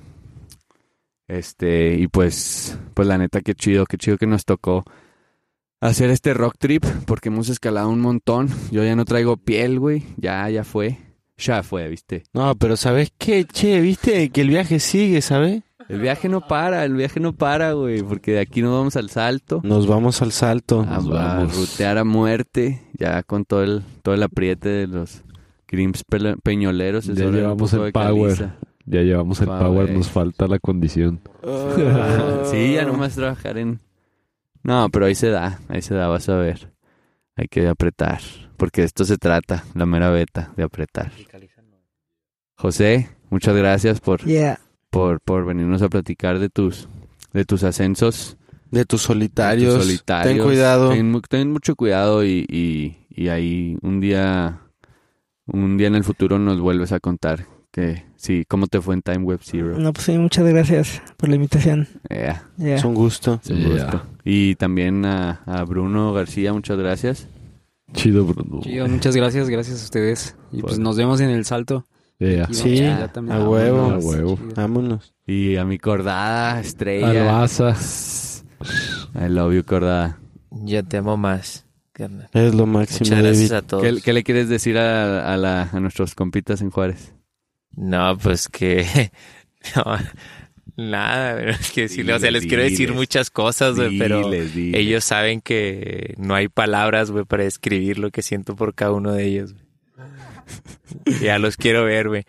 Este, y pues, pues la neta, qué chido, qué chido que nos tocó hacer este rock trip, porque hemos escalado un montón. Yo ya no traigo piel, güey. Ya, ya fue. Ya fue, ¿viste? No, pero ¿sabes qué? Che, ¿viste? Que el viaje sigue, ¿sabes? El viaje no para, el viaje no para, güey, porque de aquí nos vamos al Salto. Nos vamos al Salto. A, Nos a vamos. rutear a muerte, ya con todo el, todo el apriete de los Grimps pe- peñoleros. Ya llevamos el power. Ya llevamos el Pa, power, güey. nos falta la condición. Sí, ya nomás trabajar en... No, pero ahí se da, ahí se da, vas a ver. Hay que apretar, porque de esto se trata, la mera beta, de apretar. José, muchas gracias por, Yeah. por, por venirnos a platicar de tus, de tus ascensos. De tus solitarios. de tus solitarios. Ten cuidado. Ten, mu- ten mucho cuidado y, y, y ahí un día, un día en el futuro nos vuelves a contar que sí, cómo te fue en Time Web Zero. No, pues sí, muchas gracias por la invitación. Yeah. Yeah. Es un gusto. Un gusto. Y también a, a Bruno García, muchas gracias. Chido, Bruno. Chido, muchas gracias, gracias a ustedes. Y pues nos vemos en el Salto. Yeah. Aquí Sí, vamos allá también. a huevo. A huevo. Chido. Vámonos. Y a mi Cordada, Estrella. Albaza. I love you, Cordada. Yo te amo más, carnal. Es lo máximo, Muchas gracias David. a todos. ¿Qué, qué le quieres decir a, a, la, a nuestros compitas en Juárez? No, pues que... no, nada, pero es que decirle, o sea, les Diles, quiero decir diles. muchas cosas, güey, pero Diles, diles. ellos saben que no hay palabras, güey, para describir lo que siento por cada uno de ellos, güey. Ya los quiero ver, güey.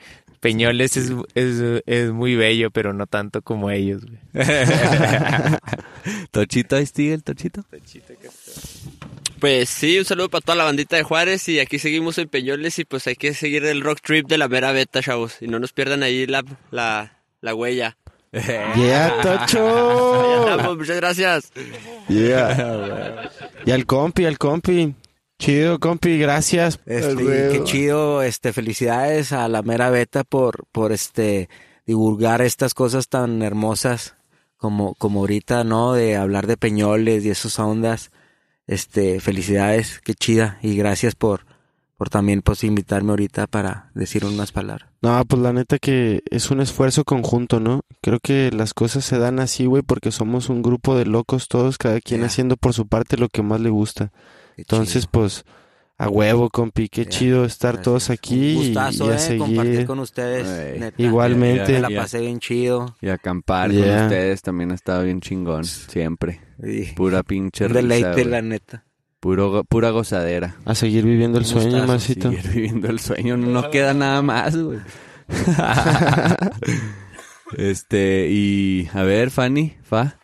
Peñoles es, es, es muy bello, pero no tanto como ellos, güey. Tochito, ahí sigue el Tochito. Tochito, ¿qué Pues sí, un saludo para toda la bandita de Juárez y aquí seguimos en Peñoles y pues hay que seguir el rock trip de la mera beta, chavos. Y no nos pierdan ahí la, la, la huella. Yeah, Tocho. Ahí andamos, muchas gracias. Yeah. Y al compi, al compi. Chido, compi, gracias. Este, qué chido, este, felicidades a la mera beta por, por este, divulgar estas cosas tan hermosas como, como ahorita, ¿no? De hablar de Peñoles y esas ondas. Este, felicidades, qué chida. Y gracias por, por también, pues, invitarme ahorita para decir unas palabras. No, pues la neta que es un esfuerzo conjunto, ¿no? Creo que las cosas se dan así, güey, porque somos un grupo de locos todos, cada quien yeah. haciendo por su parte lo que más le gusta. Qué Entonces, chido. Pues, a huevo, compi, qué yeah. chido estar Gracias. Todos aquí. Un gustazo, y, y a eh, seguir. Compartir con ustedes. Ay, neta. Igualmente. Me la pasé bien chido. Y acampar yeah. con ustedes también ha estado bien chingón, siempre. Sí. Pura pinche risa, deleite, güey. La neta. Puro, pura gozadera. A seguir viviendo el sueño, Marcito. Seguir viviendo el sueño, no nos queda nada más, güey. este, y a ver, Fanny, Fa.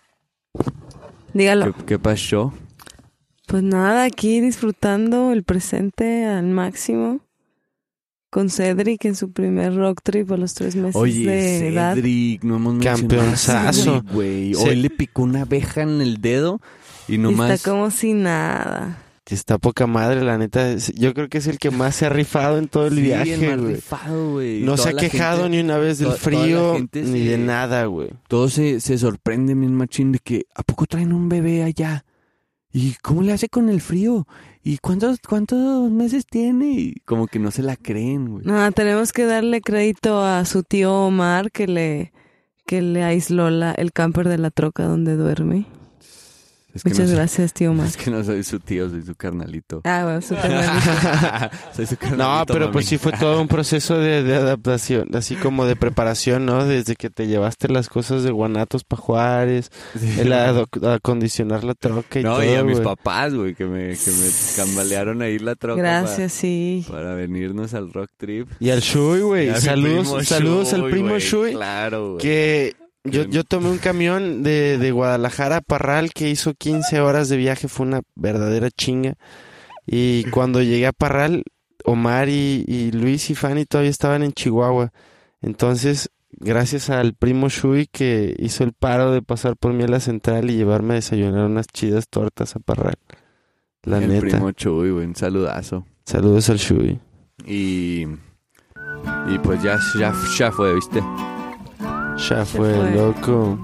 Dígalo. ¿Qué, qué pasó? Pues nada, aquí disfrutando el presente al máximo. Con Cedric en su primer rock trip a los tres meses Oye, de edad. Oye, Cedric, no hemos mencionado. Campeonzazo. Güey, hoy le picó una abeja en el dedo y nomás... Está como si nada. Está poca madre, la neta. Yo creo que es el que más se ha rifado en todo el sí, viaje, el más güey. Rifado, güey. No toda se ha quejado gente, ni una vez del toda, frío, toda gente ni se, de nada, güey. Todos se, se sorprenden, mi machín, de que ¿a poco traen un bebé allá? ¿Y cómo le hace con el frío? ¿Y cuántos cuántos meses tiene? Y como que no se la creen, güey. No, tenemos que darle crédito a su tío Omar que le que le aisló la, el camper de la troca donde duerme. Es que Muchas no gracias, soy, tío Omar. Es que no soy su tío, soy su carnalito. Ah, bueno, su carnalito. Soy su carnalito. No, pero mami. pues sí fue todo un proceso de, de adaptación, así como de preparación, ¿no? Desde que te llevaste las cosas de Guanatos para Juárez, sí, el ado- acondicionar la troca y no, todo, y a mis güey. papás, güey, que me, que me cambalearon ahí la troca. Gracias, para, sí. Para venirnos al rock trip. Y al Shui, güey. Y Saludos, saludos Shui, al primo güey, Shui. Claro, güey. Que... Yo, yo tomé un camión de, de Guadalajara a Parral que hizo quince horas de viaje, fue una verdadera chinga. Y cuando llegué a Parral, Omar y, y Luis y Fanny todavía estaban en Chihuahua. Entonces, gracias al primo Shui que hizo el paro de pasar por mí a la central y llevarme a desayunar unas chidas tortas a Parral. La el neta. El primo Shui, güey, un saludazo. Saludos al Shui. Y, y pues ya, ya, ya fue, ¿viste? Ya fue, fue, loco.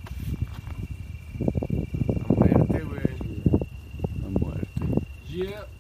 Yeah.